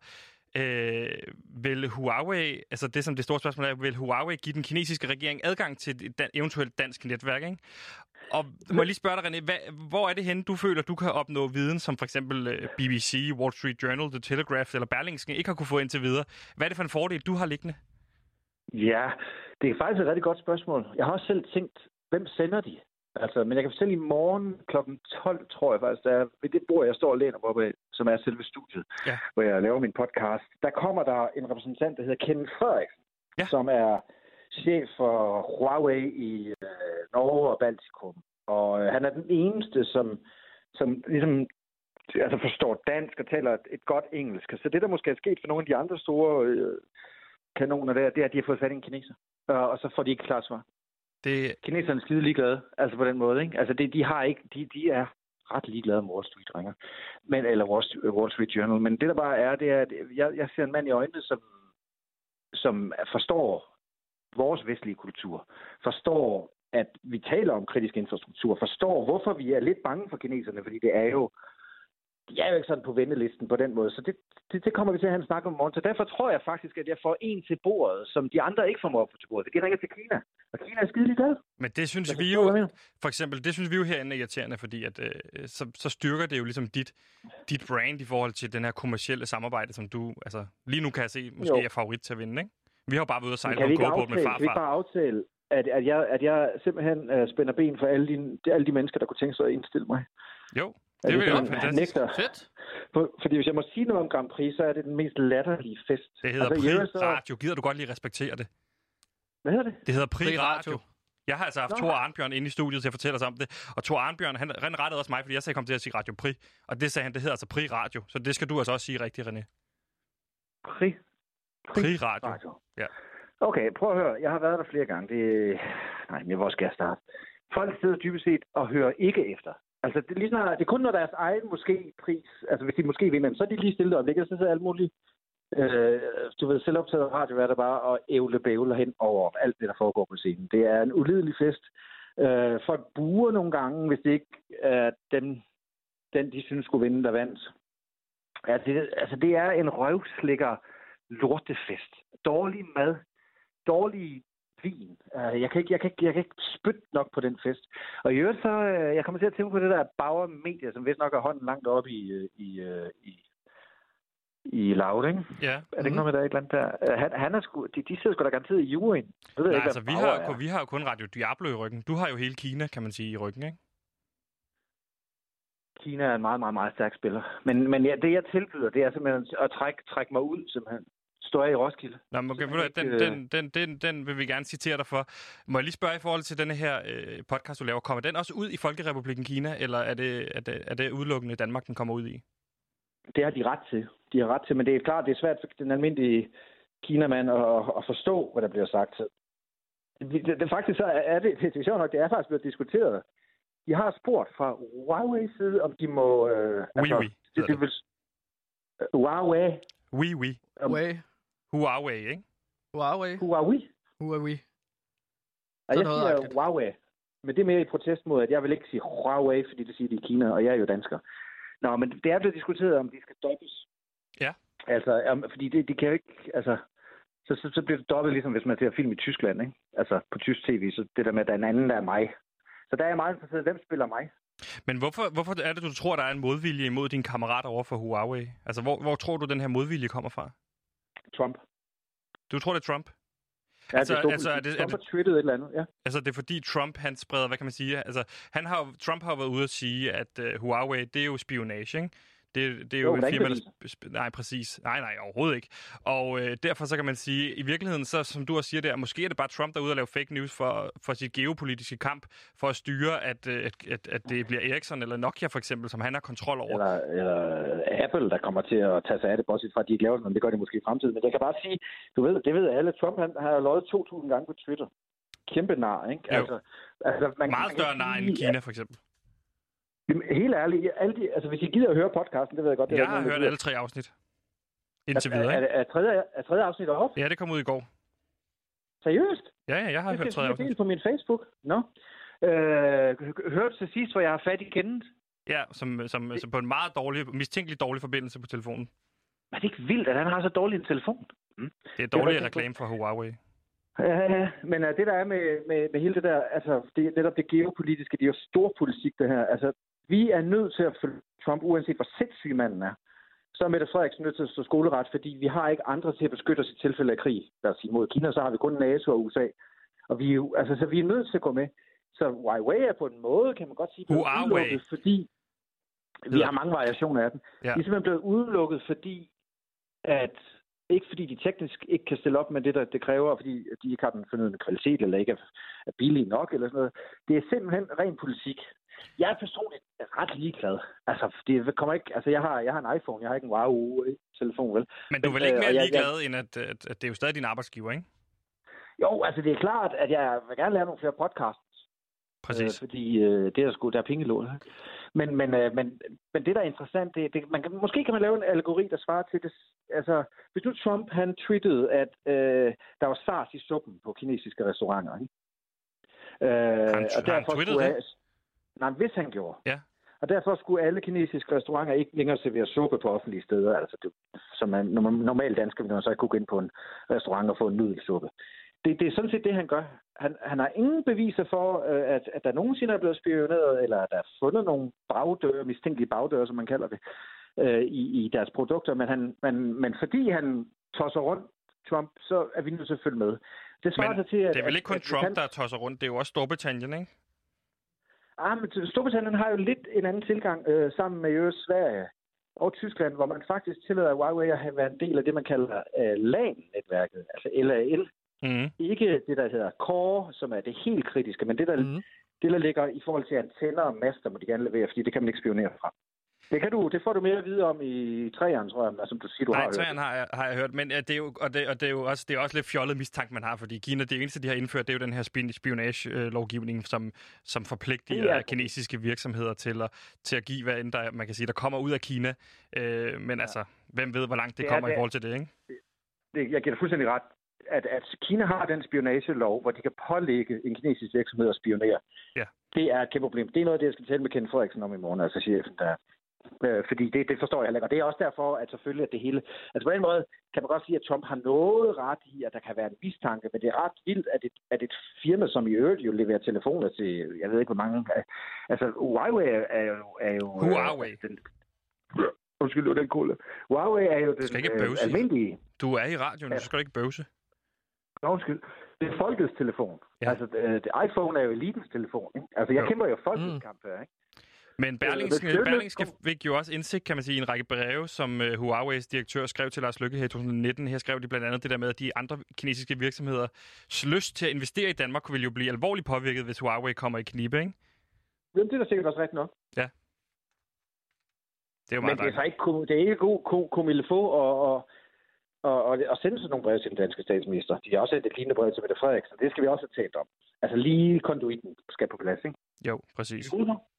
vil Huawei, altså det som det store spørgsmål er, vil Huawei give den kinesiske regering adgang til et eventuelt dansk netværk, ikke? Og må jeg lige spørge dig, René, hvor er det henne, du føler, du kan opnå viden, som for eksempel BBC, Wall Street Journal, The Telegraph eller Berlingske ikke har kunne få indtil videre? Hvad er det for en fordel, du har liggende? Ja, det er faktisk et rigtig godt spørgsmål. Jeg har også selv tænkt, hvem sender de? Altså, men jeg kan fortælle, i morgen kl. 12, tror jeg faktisk, der er ved det bord, jeg står og læner på, som er selve studiet, hvor jeg laver min podcast. Der kommer der en repræsentant, der hedder Kenneth Frederiksen, som er chef for Huawei i Norge og Baltikum. Og han er den eneste, som ligesom forstår dansk og taler et godt engelsk. Så det, der måske er sket for nogle af de andre store kanoner der, det er, at de har fået fat i en kineser. Og så får de ikke klart svar. Kineserne er skide ligeglade, altså på den måde, ikke? Altså de er ret ligeglade med Wall Street ringer, eller Wall Street Journal. Men det der bare er, det er, at jeg ser en mand i øjnene, som forstår vores vestlige kultur, forstår, at vi taler om kritisk infrastruktur, forstår, hvorfor vi er lidt bange for kineserne, fordi de er jo ikke sådan på ventelisten på den måde. Så det kommer vi til at have en snak om i morgen. Så derfor tror jeg faktisk, at jeg får en til bordet, som de andre ikke formår at få til bordet. De ringer til Kina, og Kina er skidelig glad. Men det synes vi jo, for eksempel, det synes vi jo herinde er irriterende, fordi at, så styrker det jo ligesom dit brand i forhold til den her kommercielle samarbejde, som du, altså lige nu kan jeg se, måske er favorit til at vinde, ikke? Vi har jo bare været ude og sejle på GoBoat med farfar. Kan vi ikke bare aftale, at jeg simpelthen spænder ben for alle de mennesker, der kunne tænke sig at indstille mig? Jo. Det vil jo fantastisk. Fedt. Fordi hvis jeg må sige noget om Grand Prix, så er det den mest latterlige fest. Det hedder Prix-radio. Gider du godt lige respektere det? Hvad hedder det? Det hedder Prix-radio. Jeg har altså haft Thor Arnbjørn inde i studiet til at fortælle os om det. Og Thor Arnbjørn, han rettede også mig, fordi jeg sagde, kom til at sige Radio Prix. Og det sagde han, det hedder altså Prix-radio. Så det skal du altså også sige rigtigt, René. Prix-radio. Ja. Okay, prøv at høre. Jeg har været der flere gange. Men hvor skal jeg starte? Folk sidder dybest set og hører ikke efter. Altså, det er kun når deres egen måske-pris, altså hvis de måske vinder, så er de lige stille øjeblikket, så sidder alt muligt, selvoptaget radio er der bare og ævle-bævler hen over alt det, der foregår på scenen. Det er en ulidelig fest. Folk buer nogle gange, hvis det ikke er den de synes skulle vinde, der vandt. Det er en røvslikker lortefest. Dårlig mad, dårlig vin. Jeg kan ikke spytte nok på den fest. Og i øvrigt så, jeg kommer til at tænke på det der Bauer Media, som vist nok har hånden langt oppe i Loud, ikke? Ja. Er det ikke noget med der et eller andet der? Han er sgu, de sidder sgu da garanteret i juryen. Nej, altså vi har jo kun Radio Diablo i ryggen. Du har jo hele Kina, kan man sige, i ryggen, ikke? Kina er en meget, meget, meget stærk spiller. Men ja, det jeg tilbyder, det er simpelthen at trække mig ud, simpelthen. stå af i Roskilde. Nå, men okay, den vil vi gerne citere dig for. Må jeg lige spørge i forhold til denne her podcast, du laver, kommer den også ud i Folkerepublikken Kina, eller er det udelukkende Danmark, den kommer ud i? Det har de ret til. Men det er klart, det er svært for den almindelige kinamand at forstå, hvad der bliver sagt. Det faktisk så er det er sjovt nok, det er faktisk blevet diskuteret. De har spurgt fra Huawei side, om de må... Oui. Huawei. Oui. Huawei, ikke? Huawei. Jeg siger Huawei. Men det er mere i protest mod, at jeg vil ikke sige Huawei, fordi det siger de i Kina, og jeg er jo dansker. Nå, men det er blevet diskuteret, om de skal stoppes. Ja. Altså, fordi de kan jo ikke... Altså, så bliver det dobbelt, ligesom hvis man ser film i Tyskland, ikke? Altså, på tysk tv, så det der med, at der er en anden, der er mig. Så der er jeg meget interesseret, hvem spiller mig? Men hvorfor er det, du tror, der er en modvilje imod dine kammerater over for Huawei? Altså, hvor tror du, den her modvilje kommer fra? Trump. Du tror, det er Trump? Ja, Trump har tweetet et eller andet, ja. Altså, det er fordi Trump, han spreder, hvad kan man sige? Altså, Trump har været ude at sige, at Huawei, det er jo spionage, ikke? Det er jo et firma, nej, præcis. Nej, overhovedet ikke. Og derfor så kan man sige, i virkeligheden, så som du også siger der, måske er det bare Trump, der er ude at lave fake news for sit geopolitiske kamp, for at styre, at det bliver Ericsson eller Nokia for eksempel, som han har kontrol over. Eller Apple, der kommer til at tage sig af det, bortset fra, at de ikke laver det, men det gør det måske i fremtiden. Men jeg kan bare sige, det ved alle, Trump han har løjet 2.000 gange på Twitter. Kæmpe nar, ikke? Altså, meget større nar end Kina, for eksempel. Helt ærligt, hvis I gider at høre podcasten, det ved jeg godt. Jeg har hørt alle 3 afsnit. Indtil videre, ikke? Er tredje afsnit op? Ja, det kom ud i går. Seriøst? Ja, jeg har hørt 3 afsnit. Det på min Facebook. Nå. Hørte til sidst, hvor jeg har fat i Kenneth? Ja, som på en meget mistænkelig dårlig forbindelse på telefonen. Er det ikke vildt, at han har så dårlig en telefon? Det er dårlig reklame for Huawei. Ja, men det der er med hele det der, altså det er netop det geopolitiske, det er jo storpolitik det her. Altså, vi er nødt til at følge Trump, uanset hvor sindssyg manden er. Så er Mette Frederiksen nødt til at stå skoleret, fordi vi har ikke andre til at beskytte os i tilfælde af krig. Lad os sige, mod Kina, så har vi kun NATO og USA. Og vi er jo, så vi er nødt til at gå med. Så Huawei er på en måde, kan man godt sige, blevet udelukket, fordi vi har mange variationer af den. Ja. De er simpelthen blevet udelukket, fordi ikke fordi de teknisk ikke kan stille op med det, det kræver, fordi de ikke har den fornødne kvalitet, eller ikke er billige nok, eller sådan noget. Det er simpelthen ren politik. Jeg er personligt ret ligeglad. Altså, det kommer ikke... Altså, jeg har en iPhone, jeg har ikke en Huawei-telefon, vel? Men du er vel ikke mere ligeglad, end at det er jo stadig din arbejdsgiver, ikke? Jo, altså, det er klart, at jeg vil gerne lave nogle flere podcasts. Præcis. Fordi det er der er pengelån. Men det, der er interessant, måske kan man lave en algori, der svarer til det. Altså, hvis nu Trump, han tweetede, at der var SARS i suppen på kinesiske restauranter, ikke? Han tweetede det? Nej, hvis han gjorde. Ja. Og derfor skulle alle kinesiske restauranter ikke længere servere suppe på offentlige steder. Altså, som man normalt dansker ville man så ikke kunne gå ind på en restaurant og få en nudelsuppe. Det er sådan set det, han gør. Han har ingen beviser for, at der nogensinde er blevet spioneret, eller at der er fundet nogle bagdøre, mistænkelige bagdøre, som man kalder det, i deres produkter. Men fordi han tosser rundt Trump, så er vi nødt til at følge med. Det er vel ikke kun Trump, der tosser rundt. Det er jo også Storbritannien, ikke? Men Storbritannien har jo lidt en anden tilgang sammen med Sverige og Tyskland, hvor man faktisk tillader Huawei at have været en del af det, man kalder LAN-netværket, altså LAL. Mm. Ikke det, der hedder Core, som er det helt kritiske, men det, der ligger i forhold til antenner og master, må de gerne levere, fordi det kan man ikke spionere fra. Det får du mere at vide om i 3'eren, tror jeg, som du siger, du har hørt. Nej, 3'eren har jeg hørt, men det er jo også lidt fjollet mistanke, man har, fordi Kina, det eneste, de har indført, det er jo den her spionage-lovgivning, som forpligter kinesiske virksomheder til at give, hvad end man kan sige, der kommer ud af Kina. Men altså, hvem ved, hvor langt det kommer i forhold til det, ikke? Jeg giver dig fuldstændig ret, at Kina har den spionagelov, hvor de kan pålægge en kinesisk virksomhed at spionere. Ja. Det er et kæmpe problem. Det er noget af det, jeg skal tale med Kenneth Frederiksen om i morgen, altså chefen der. Fordi det forstår jeg ikke. Og det er også derfor, at selvfølgelig at det hele... Altså på en måde kan man godt sige, at Trump har noget ret i, at der kan være en mistanke, men det er ret vildt, at et firma, som i øvrigt jo leverer telefoner til, jeg ved ikke hvor mange... Altså Huawei er jo Huawei. Undskyld, det var den cool. Huawei er jo den almindelige... Du er i radioen, du skal ikke bøvse. Undskyld. Det er folkets telefon. Ja. Altså, iPhone er jo elitens telefon, ikke? Altså, jeg kæmper jo folkets kamp her, ikke? Men Berlingske fik jo også indsigt, kan man sige, i en række breve, som Huawei's direktør skrev til Lars Løkke her i 2019. Her skrev de blandt andet det der med, at de andre kinesiske virksomheders lyst til at investere i Danmark vil jo blive alvorligt påvirket, hvis Huawei kommer i knibe, ikke? Jamen, det er da sikkert også rigtigt nok. Ja. Det er jo meget. Men det er ikke god komilfo at sende sådan nogle breve til den danske statsminister. De har også sendt et lignende brev til Mette Frederiksen. Det skal vi også have talt om. Altså lige konduiten skal på plads, ikke? Jo, præcis.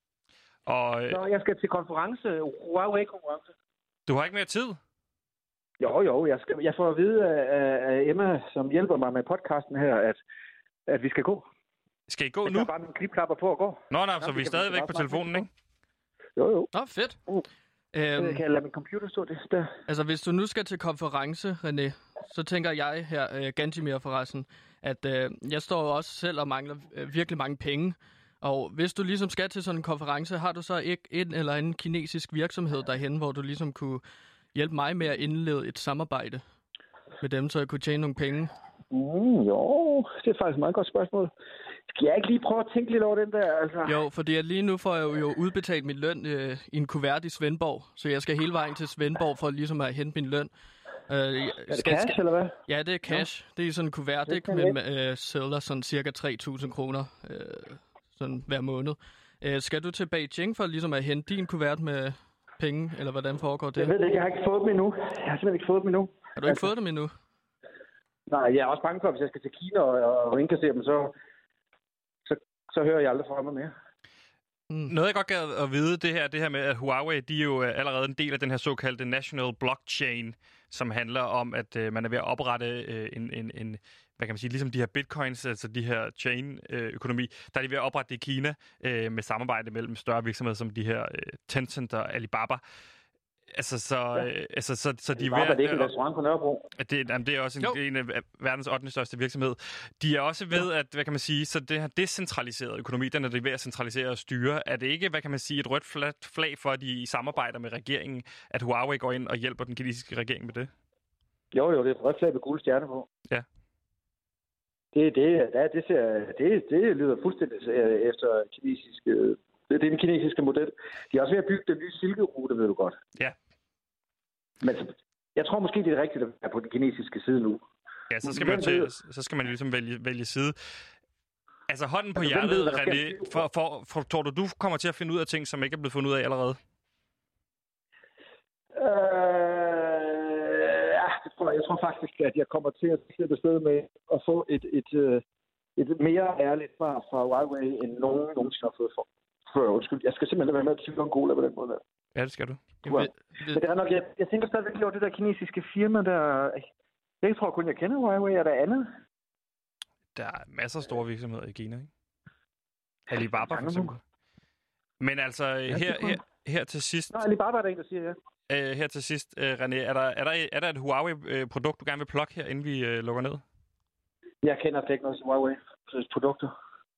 Nå, jeg skal til konference, Huawei-konference. Du har ikke mere tid? Jo, jeg får at vide af Emma, som hjælper mig med podcasten her, at vi skal gå. Skal I gå nu? Jeg har bare mine klipklapper på at gå. Nå, så vi er stadigvæk på telefonen, ikke? Jo. Nå, fedt. Kan jeg lade min computer stå det der? Altså, hvis du nu skal til konference, René, så tænker jeg her, Gantimir forresten, at jeg står jo også selv og mangler virkelig mange penge. Og hvis du ligesom skal til sådan en konference, har du så ikke en eller anden kinesisk virksomhed derhen, hvor du ligesom kunne hjælpe mig med at indlede et samarbejde med dem, så jeg kunne tjene nogle penge? Jo, det er faktisk et meget godt spørgsmål. Skal jeg ikke lige prøve at tænke lidt over den der? Altså? Jo, fordi lige nu får jeg jo udbetalt min løn i en kuvert i Svendborg, så jeg skal hele vejen til Svendborg for ligesom at hente min løn. Er det cash, eller hvad? Ja, det er cash. Ja. Det er sådan en kuvert, ikke? Med sedler sådan cirka 3.000 kroner sådan hver måned. Skal du til Beijing for ligesom at hente din kuvert med penge, eller hvordan foregår det? Jeg ved det ikke, jeg har ikke fået dem endnu. Har du ikke fået dem endnu? Nej, jeg er også bange for, at hvis jeg skal til Kina og indkassere dem, så hører jeg aldrig fra mig mere. Noget, jeg godt gad at vide, det her med, at Huawei, de er jo allerede en del af den her såkaldte National Blockchain, som handler om, at man er ved at oprette en hvad kan man sige, ligesom de her bitcoins, altså de her chain-økonomi, der er de ved at oprette det i Kina med samarbejde mellem større virksomheder som de her Tencent og Alibaba. Altså, så de er ved at... Det er ikke en restaurant på Nørrebro. Det er også en af verdens 8. største virksomhed. De er også ved at, hvad kan man sige, så det her decentraliserede økonomi, den er de ved at centralisere og styre. Er det ikke, hvad kan man sige, et rødt flag for, at de samarbejder med regeringen, at Huawei går ind og hjælper den kinesiske regering med det? Jo, det er et rødt flag med gule stjerner på. Ja. Det lyder fuldstændig efter kinesiske... Det er den kinesiske model. De er også ved at bygge den nye silkerute, ved du godt. Ja. Men jeg tror måske, det er rigtigt at være på den kinesiske side nu. Ja, så skal man ligesom vælge side. Altså hånden på hjertet, René, tror du kommer til at finde ud af ting, som ikke er blevet fundet ud af allerede? Jeg tror faktisk, at jeg kommer til at slippe afsted med at få et mere ærligt svar fra Huawei, end nogen nogensinde har fået før. Undskyld, jeg skal simpelthen være med at tykke en cola på den måde. Ja, det skal du. Men det er nok, jeg tænker stadigvæk over det der kinesiske firma, der... Jeg tror kun, jeg kender Huawei. Er der andet? Der er masser af store virksomheder i Kina, ikke? Alibaba for eksempel. Men altså, her til sidst... Nej, Alibaba er der en, der siger, ja. Her til sidst, René, er der et Huawei-produkt, du gerne vil plukke her, inden vi lukker ned? Jeg kender slet ikke noget til Huawei-produkter.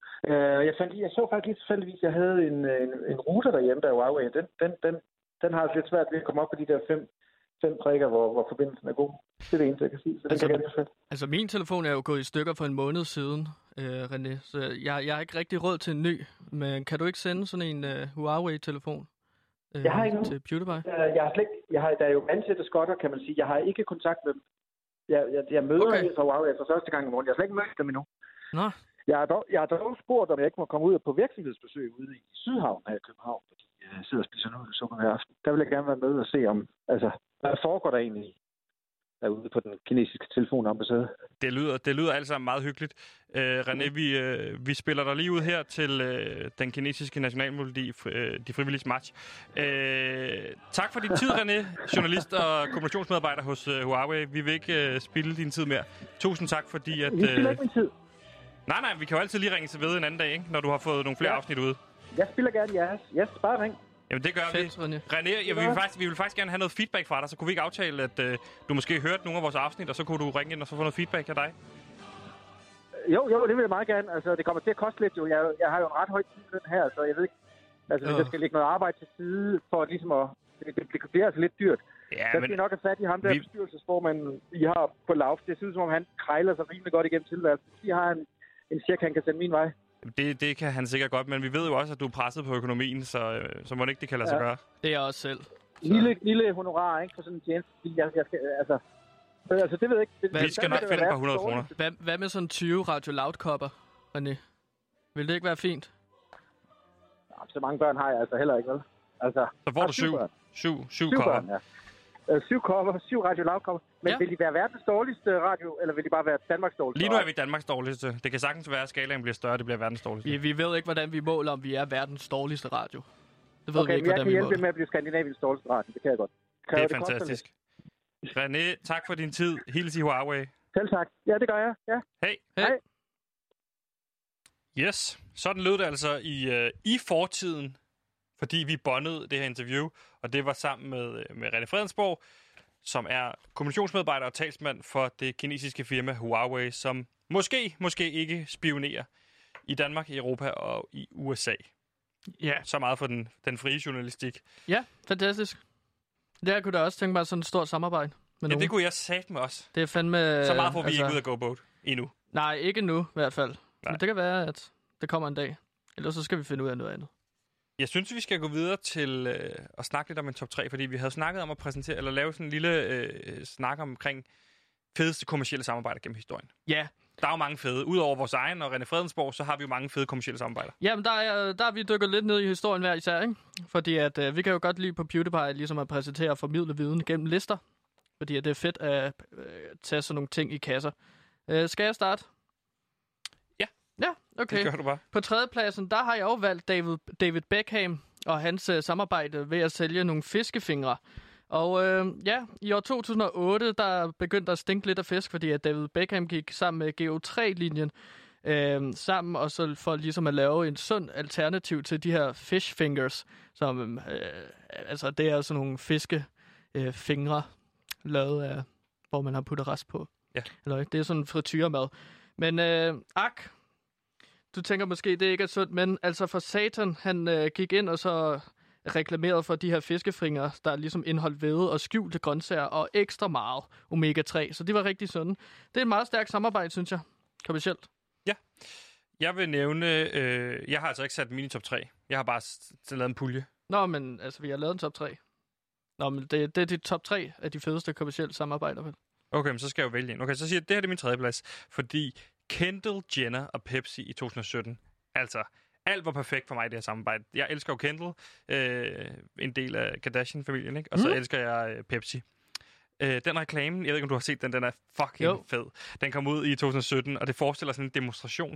Jeg så faktisk lige tilfældigvis, at jeg havde en router derhjemme, der er Huawei. Den har lidt svært ved at komme op på de der fem prikker, hvor forbindelsen er god. Det er det eneste, jeg kan sige. Så altså min telefon er jo gået i stykker for en måned siden, René. Så jeg har ikke rigtig råd til en ny. Men kan du ikke sende sådan en Huawei-telefon jeg har ikke til PewDiePie? Der er jo ansatte skotter, kan man sige. Jeg har ikke kontakt med dem. Jeg møder en fra Huawei for første gang i morgen. Jeg har slet ikke mødt dem endnu. Nå. Jeg har dog spurgt, om jeg ikke må komme ud på virksomhedsbesøg ude i Sydhavn her i København, fordi jeg sidder og spiser noget sukker hver aften. Der vil jeg gerne være med og se om, hvad foregår der egentlig derude på den kinesiske telefonambassade. Det lyder alt sammen meget hyggeligt. René, vi spiller dig lige ud her til den kinesiske nationalmelodi, De Frivilliges March. Tak for din tid, René, journalist og kommunikationsmedarbejder hos Huawei. Vi vil ikke spilde din tid mere. Tusind tak, fordi at... Vi spiller ikke min tid. Nej, vi kan jo altid lige ringe til ved en anden dag, ikke? Når du har fået nogle flere afsnit ude. Jeg spiller gerne jeres. Yes, bare ring. Jamen, det gør vi. René, vi vil faktisk gerne have noget feedback fra dig, så kunne vi ikke aftale, at du måske hørte nogle af vores afsnit, og så kunne du ringe ind og så få noget feedback af dig? Jo, det vil jeg meget gerne. Altså, det kommer til at koste lidt jo. Jeg har jo en ret høj tidsløn her, så jeg ved ikke... Altså, hvis jeg skal lægge noget arbejde til side for ligesom at... Det bliver altså lidt dyrt. Ja, der skal nok have fat i ham, der bestyrelsesformanden, I har på Lauf. Det synes som om, han krejler sig rimelig godt igennem tilværelsen. De har en check, han kan sende min vej. Det kan han sikkert godt, men vi ved jo også, at du er presset på økonomien, så må det ikke det kan lade sig gøre. Det er jeg også selv. Lille honorar, ikke, for sådan en tjeneste. Jeg skal, altså, det ved jeg ikke. Vi skal nok finde et par 100 kroner. Hvad med sådan 20 Radio Loud-kopper, René? Vil det ikke være fint? Så mange børn har jeg altså heller ikke, vel? Altså, så får du 7 kopper. Ja. 7 kopper, 7 Radio Loud-kopper. Men vil de være verdens dårligste radio, eller vil de bare være Danmarks dårligste? Lige nu er vi Danmarks dårligste. Det kan sagtens være, at skalaen bliver større, det bliver verdens dårligste. Vi ved ikke, hvordan vi måler, om vi er verdens dårligste radio. Det ved okay, vi ikke, hvordan vi måler. Jeg kan hjælpe med at blive Skandinaviens dårligste radio, det kan jeg godt. Det er fantastisk. René, tak for din tid. Hils i Huawei. Selv tak. Ja, det gør jeg. Ja. Hej. Yes, sådan lød det altså i fortiden, fordi vi bondede det her interview, og det var sammen med René Fredensborg, som er kommunikationsmedarbejder og talsmand for det kinesiske firma Huawei, som måske ikke spionerer i Danmark, i Europa og i USA. Ja. Så meget for den frie journalistik. Ja, fantastisk. Der kunne da også tænke mig sådan et stort samarbejde med nogen. Det kunne jeg satme også. Det er fandme... Så meget får vi ikke ud af GoBoat endnu. Nej, ikke nu i hvert fald. Men det kan være, at det kommer en dag. Ellers så skal vi finde ud af noget andet. Jeg synes, vi skal gå videre til at snakke lidt om en top 3, fordi vi havde snakket om at præsentere, eller lave sådan en lille snak omkring fedeste kommercielle samarbejder gennem historien. Ja. Der er jo mange fede. Udover vores egen og René Fredensborg, så har vi jo mange fede kommercielle samarbejder. Jamen, der er vi dykket lidt ned i historien hver især, ikke? Fordi at, vi kan jo godt lide på PewDiePie ligesom at præsentere og formidle viden gennem lister. Fordi at det er fedt at tage sådan nogle ting i kasser. Skal jeg starte? Ja, okay. Det gør du bare. På tredjepladsen, der har jeg jo valgt David Beckham og hans samarbejde ved at sælge nogle fiskefingre. Og i år 2008, der begyndte der at stinke lidt af fisk, fordi at David Beckham gik sammen med Geo3-linjen sammen, og så for ligesom at lave en sund alternativ til de her fish fingers, som altså det er sådan nogle fiskefingre lavet af, hvor man har puttet rest på. Ja. Eller, det er sådan en frityremad. Men du tænker måske, det ikke er sundt, men altså for satan, han gik ind og så reklamerede for de her fiskefingre, der ligesom indeholdt hvede og skjulte grøntsager og ekstra meget omega-3, så det var rigtig sundt. Det er et meget stærkt samarbejde, synes jeg, kommercielt. Ja, jeg vil nævne, jeg har altså ikke sat mini top 3, jeg har bare lavet en pulje. Nå, men altså, vi har lavet en top 3. Nå, men det er de top 3 af de fedeste kommercielle samarbejder, vel? Okay, men så skal jeg jo vælge en. Okay, så siger jeg, at det her er min tredje plads, fordi Kendall Jenner og Pepsi i 2017, altså alt var perfekt for mig i det her samarbejde. Jeg elsker jo Kendall, en del af Kardashian-familien, ikke? Og så elsker jeg Pepsi. Den reklame, jeg ved ikke, om du har set den er fucking fed. Den kom ud i 2017, og det forestiller sådan en demonstration,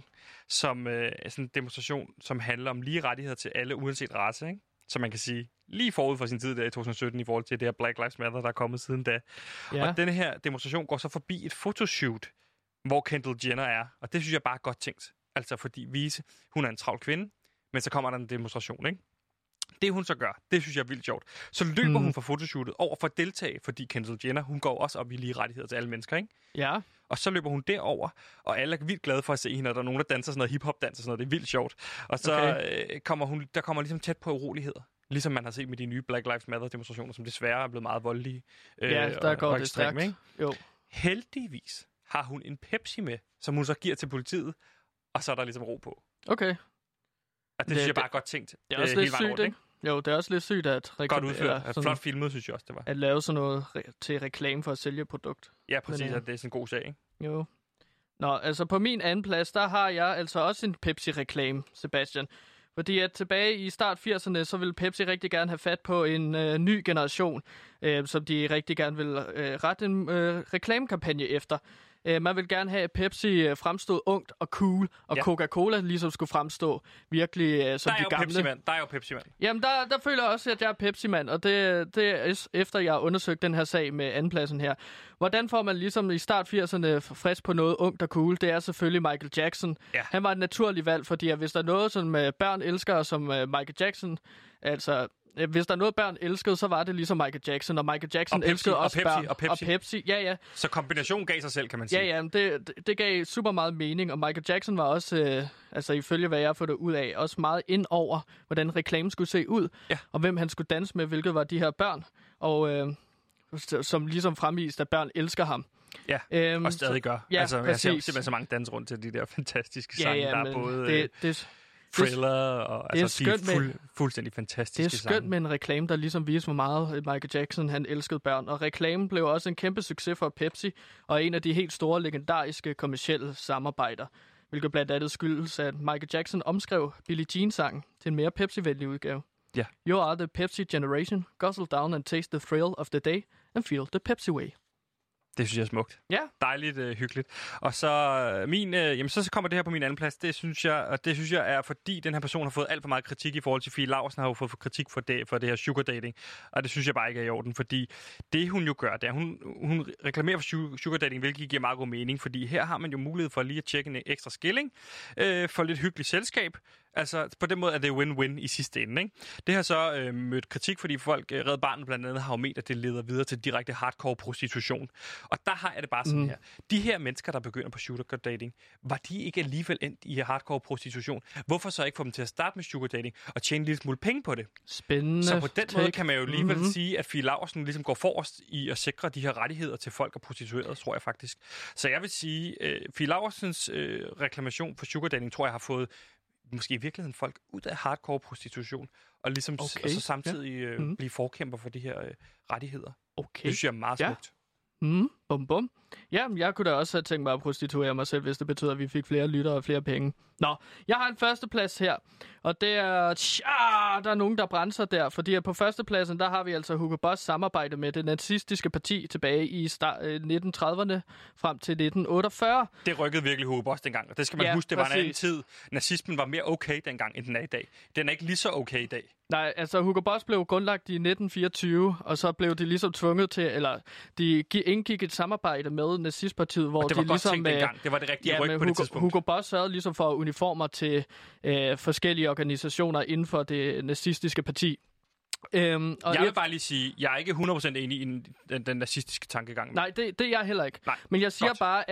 som handler om lige rettigheder til alle, uanset race, ikke? Så man kan sige, lige forud for sin tid der i 2017, i forhold til det her Black Lives Matter, der er kommet siden da. Ja. Og denne her demonstration går så forbi et fotoshoot, hvor Kendall Jenner er, og det synes jeg bare er godt tænkt. Altså fordi vise, hun er en travl kvinde, men så kommer der en demonstration, ikke? Det hun så gør, det synes jeg er vildt sjovt. Så løber hun fra fotoshootet over for at deltage, fordi Kendall Jenner, hun går også op i lige rettigheder til alle mennesker, ikke? Ja. Og så løber hun derover, og alle er vildt glade for at se hende, og der er nogen, der danser sådan noget hip-hop-dans og sådan noget. Det er vildt sjovt. Og så kommer ligesom tæt på uroligheder. Ligesom man har set med de nye Black Lives Matter-demonstrationer, som desværre er blevet meget voldelige. Der går det stærkt. Ikke? Jo. Heldigvis har hun en Pepsi med, som hun så giver til politiet, og så er der ligesom ro på. Okay. Og det synes jeg bare er godt tænkt. Det er også lidt sygt, ikke? Jo, det er også lidt sygt at godt udført. Flot filmet, synes jeg også, det var. At lave sådan noget til reklame for at sælge et produkt. Ja, præcis, og det er sådan en god sag, ikke? Jo. Nå, altså på min anden plads, der har jeg altså også en Pepsi-reklame, Sebastian. Fordi at tilbage i start 80'erne, så ville Pepsi rigtig gerne have fat på en ny generation, som de rigtig gerne vil rette en reklamekampagne efter. Man vil gerne have, at Pepsi fremstod ungt og cool, og Coca-Cola ligesom skulle fremstå virkelig som de gamle. Der er jo Pepsi-mand. Jamen, der føler jeg også, at jeg er Pepsi-mand, og det er efter, jeg har undersøgt den her sag med andenpladsen her. Hvordan får man ligesom i start 80'erne frisk på noget ungt og cool? Det er selvfølgelig Michael Jackson. Ja. Han var et naturligt valg, fordi hvis der er noget, som børn elsker, som Michael Jackson, altså... Hvis der er noget, børn elskede, så var det ligesom Michael Jackson, og Michael Jackson elskede også børn. Og Pepsi. Ja. Så kombinationen gav sig selv, kan man sige. Ja, det gav super meget mening, og Michael Jackson var også, altså ifølge hvad jeg har fået det ud af, også meget ind over, hvordan reklamen skulle se ud, og hvem han skulle danse med, hvilket var de her børn, og som ligesom fremviste, at børn elsker ham. Ja, og stadig gør. Ja, altså, jeg ser simpelthen så mange dans rundt til de der fantastiske sange. Der er både Thriller og altså, de er fuldstændig fantastiske sange. Det er skønt med en reklame, der ligesom viser, hvor meget Michael Jackson han elskede børn. Og reklamen blev også en kæmpe succes for Pepsi, og en af de helt store, legendariske kommercielle samarbejder. Hvilket blandt andet skyldes, at Michael Jackson omskrev Billie Jean-sangen til en mere Pepsi-venlig udgave. Ja. You are the Pepsi generation. Guzzle down and taste the thrill of the day and feel the Pepsi way. Det synes jeg er smukt. Ja. Dejligt hyggeligt. Og så så kommer det her på min anden plads. Det synes jeg er, fordi den her person har fået alt for meget kritik i forhold til Fie Laursen, har jo fået kritik for det her sugar dating. Og det synes jeg bare ikke er i orden, fordi det hun jo gør, det er, hun reklamerer for sugar dating, hvilket giver meget god mening, fordi her har man jo mulighed for lige at tjekke en ekstra skilling, for lidt hyggeligt selskab. Altså, på den måde er det win-win i sidste ende, ikke? Det har så mødt kritik, fordi folk, Red Barnet blandt andet, har jo ment, at det leder videre til direkte hardcore prostitution. Og der har jeg det bare sådan her. De her mennesker, der begynder på sugar dating, var de ikke alligevel endt i hardcore prostitution? Hvorfor så ikke få dem til at starte med sugar dating og tjene en lille smule penge på det? Spændende. Så på den måde kan man jo alligevel sige, at Fie Laursen ligesom går forrest i at sikre de her rettigheder til folk og prostituerede, tror jeg faktisk. Så jeg vil sige, Fie Laursens reklamation for sugar dating, tror jeg har fået måske i virkeligheden folk ud af hardcore prostitution, og ligesom og så samtidig blive forkæmper for de her rettigheder. Okay. Det synes jeg er meget smukt. Bum bum. Ja, jeg kunne da også have tænkt mig at prostituere mig selv, hvis det betyder, at vi fik flere lyttere og flere penge. Nå, jeg har en førsteplads her, og det er... der er nogen, der brænser der, fordi at på førstepladsen, der har vi altså Hugo Boss samarbejde med det nazistiske parti tilbage i 1930'erne frem til 1948. Det rykkede virkelig Hugo Boss dengang, og det skal man huske, det var en anden tid. Nazismen var mere okay dengang, end den er i dag. Den er ikke lige så okay i dag. Nej, altså Hugo Boss blev grundlagt i 1924, og så blev de ligesom tvunget til, eller de indgik et samarbejde med nazistpartiet, hvor det var de godt ligesom... dengang. Det var det rigtige ryg på det tidspunkt. Hugo Boss sørgede ligesom for uniformer til forskellige organisationer inden for det nazistiske parti. Jeg vil bare lige sige, jeg er ikke 100% enig i den nazistiske tankegang. Nej, det er jeg heller ikke. Nej, men jeg siger bare,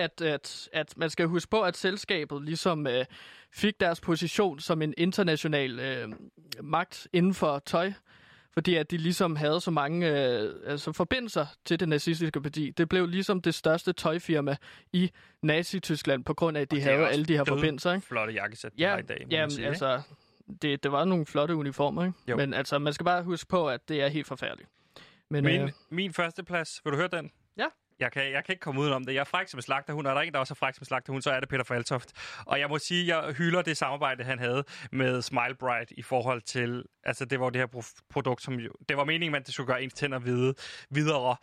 at man skal huske på, at selskabet ligesom fik deres position som en international magt inden for tøj, fordi at de ligesom havde så mange forbindelser til det nazistiske parti. Det blev ligesom det største tøjfirma i Nazi-Tyskland, på grund af, at de havde alle de her forbindelser. Ikke? Flotte jakkesæt, de har i dag. Altså... Det var nogle flotte uniformer, ikke? Jo. Men altså, man skal bare huske på, at det er helt forfærdeligt. Men min førsteplads, vil du høre den? Ja. Jeg kan ikke komme udenom det. Jeg er fræk som en slagterhund, og er der en, der også er fræk som en slagterhund, så er det Peter Faltoft. Og jeg må sige, jeg hylder det samarbejde, han havde med Smile Bright i forhold til... Altså, det var det her produkt, som jo... Det var meningen, at det skulle gøre ens tænder videre.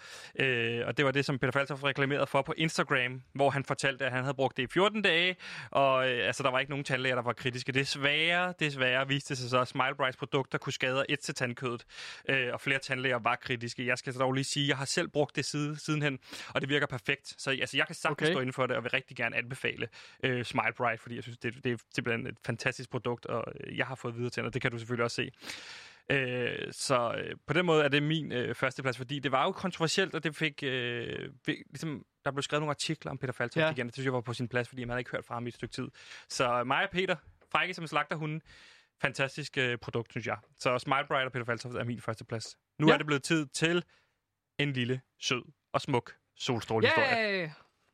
Og det var det, som Peter Faltoft reklamerede for på Instagram, hvor han fortalte, at han havde brugt det i 14 dage. Og altså, der var ikke nogen tandlæger, der var kritiske. Desværre viste sig så, at Smile Brights produkter kunne skade til tandkødet. Og flere tandlæger var kritiske. Jeg skal dog lige sige, at jeg har selv brugt det sidenhen, og det virker perfekt. Så altså, jeg kan sagtens stå inden for det, og vil rigtig gerne anbefale Smile Bright, fordi jeg synes, det er simpelthen et fantastisk produkt, og jeg har fået videre tænder. Det kan du selvfølgelig også se. Så på den måde er det min førsteplads, fordi det var jo kontroversielt, og det fik ligesom, der blev skrevet nogle artikler om Peter Faltoft igen, det synes jeg var på sin plads, fordi man havde ikke hørt fra ham i et stykke tid. Så mig og Peter, frække som slagterhunden, fantastisk produkt, synes jeg. Så Smile Bright og Peter Faltoft er min førsteplads. Nu er det blevet tid til en lille, sød og smuk solstrålehistorie.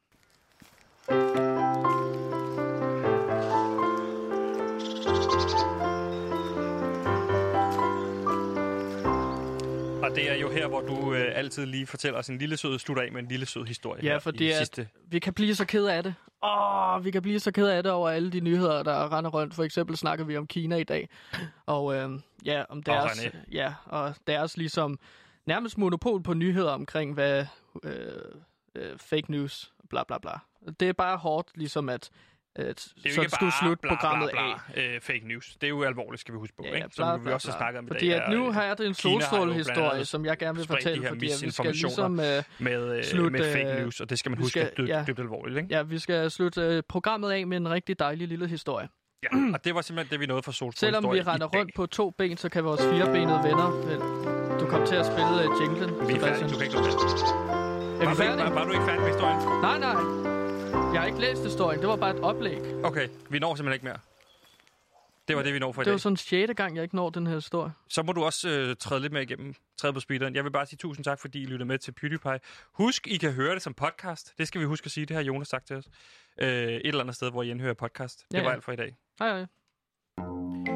Og det er jo her, hvor du altid lige fortæller os en lille sød slut af med en lille sød historie. Ja, fordi vi kan blive så kede af det. Vi kan blive så kede af det over alle de nyheder, der render rundt. For eksempel snakker vi om Kina i dag. Og om deres, og deres ligesom nærmest monopol på nyheder omkring, hvad fake news, bla bla bla. Det er bare hårdt, ligesom at så skulle slutte programmet af. Fake news. Det er jo alvorligt, skal vi huske på. Ja, ikke? Som vi også har snakket om fordi i dag. Fordi nu har jeg en solstrålehistorie, som jeg gerne vil fortælle, fordi vi skal ligesom med fake news, og det skal man huske dybt alvorligt. Ikke? Ja, vi skal slutte programmet af med en rigtig dejlig lille historie. Ja, og det var simpelthen det, vi nåede for solstrålehistorie. Selvom vi render rundt på 2 ben, så kan vores 4-benede venner... Du kom til at spille jinglen. Vi er færdige. Du kan ikke lukke det. Er vi færdige? Var du ikke færdig med historien? Nej. Jeg har ikke læst historien. Det var bare et oplæg. Okay, vi når simpelthen ikke mere. Det var det, vi når for i dag. dag. Det var sådan 6. gang, jeg ikke når den her historie. Så må du også træde lidt mere igennem. Træde på speederen. Jeg vil bare sige tusind tak, fordi I lytter med til PewDiePie. Husk, I kan høre det som podcast. Det skal vi huske at sige. Det har Jonas sagt til os. Et eller andet sted, hvor I indhører podcast. Det var alt for i dag. Hej.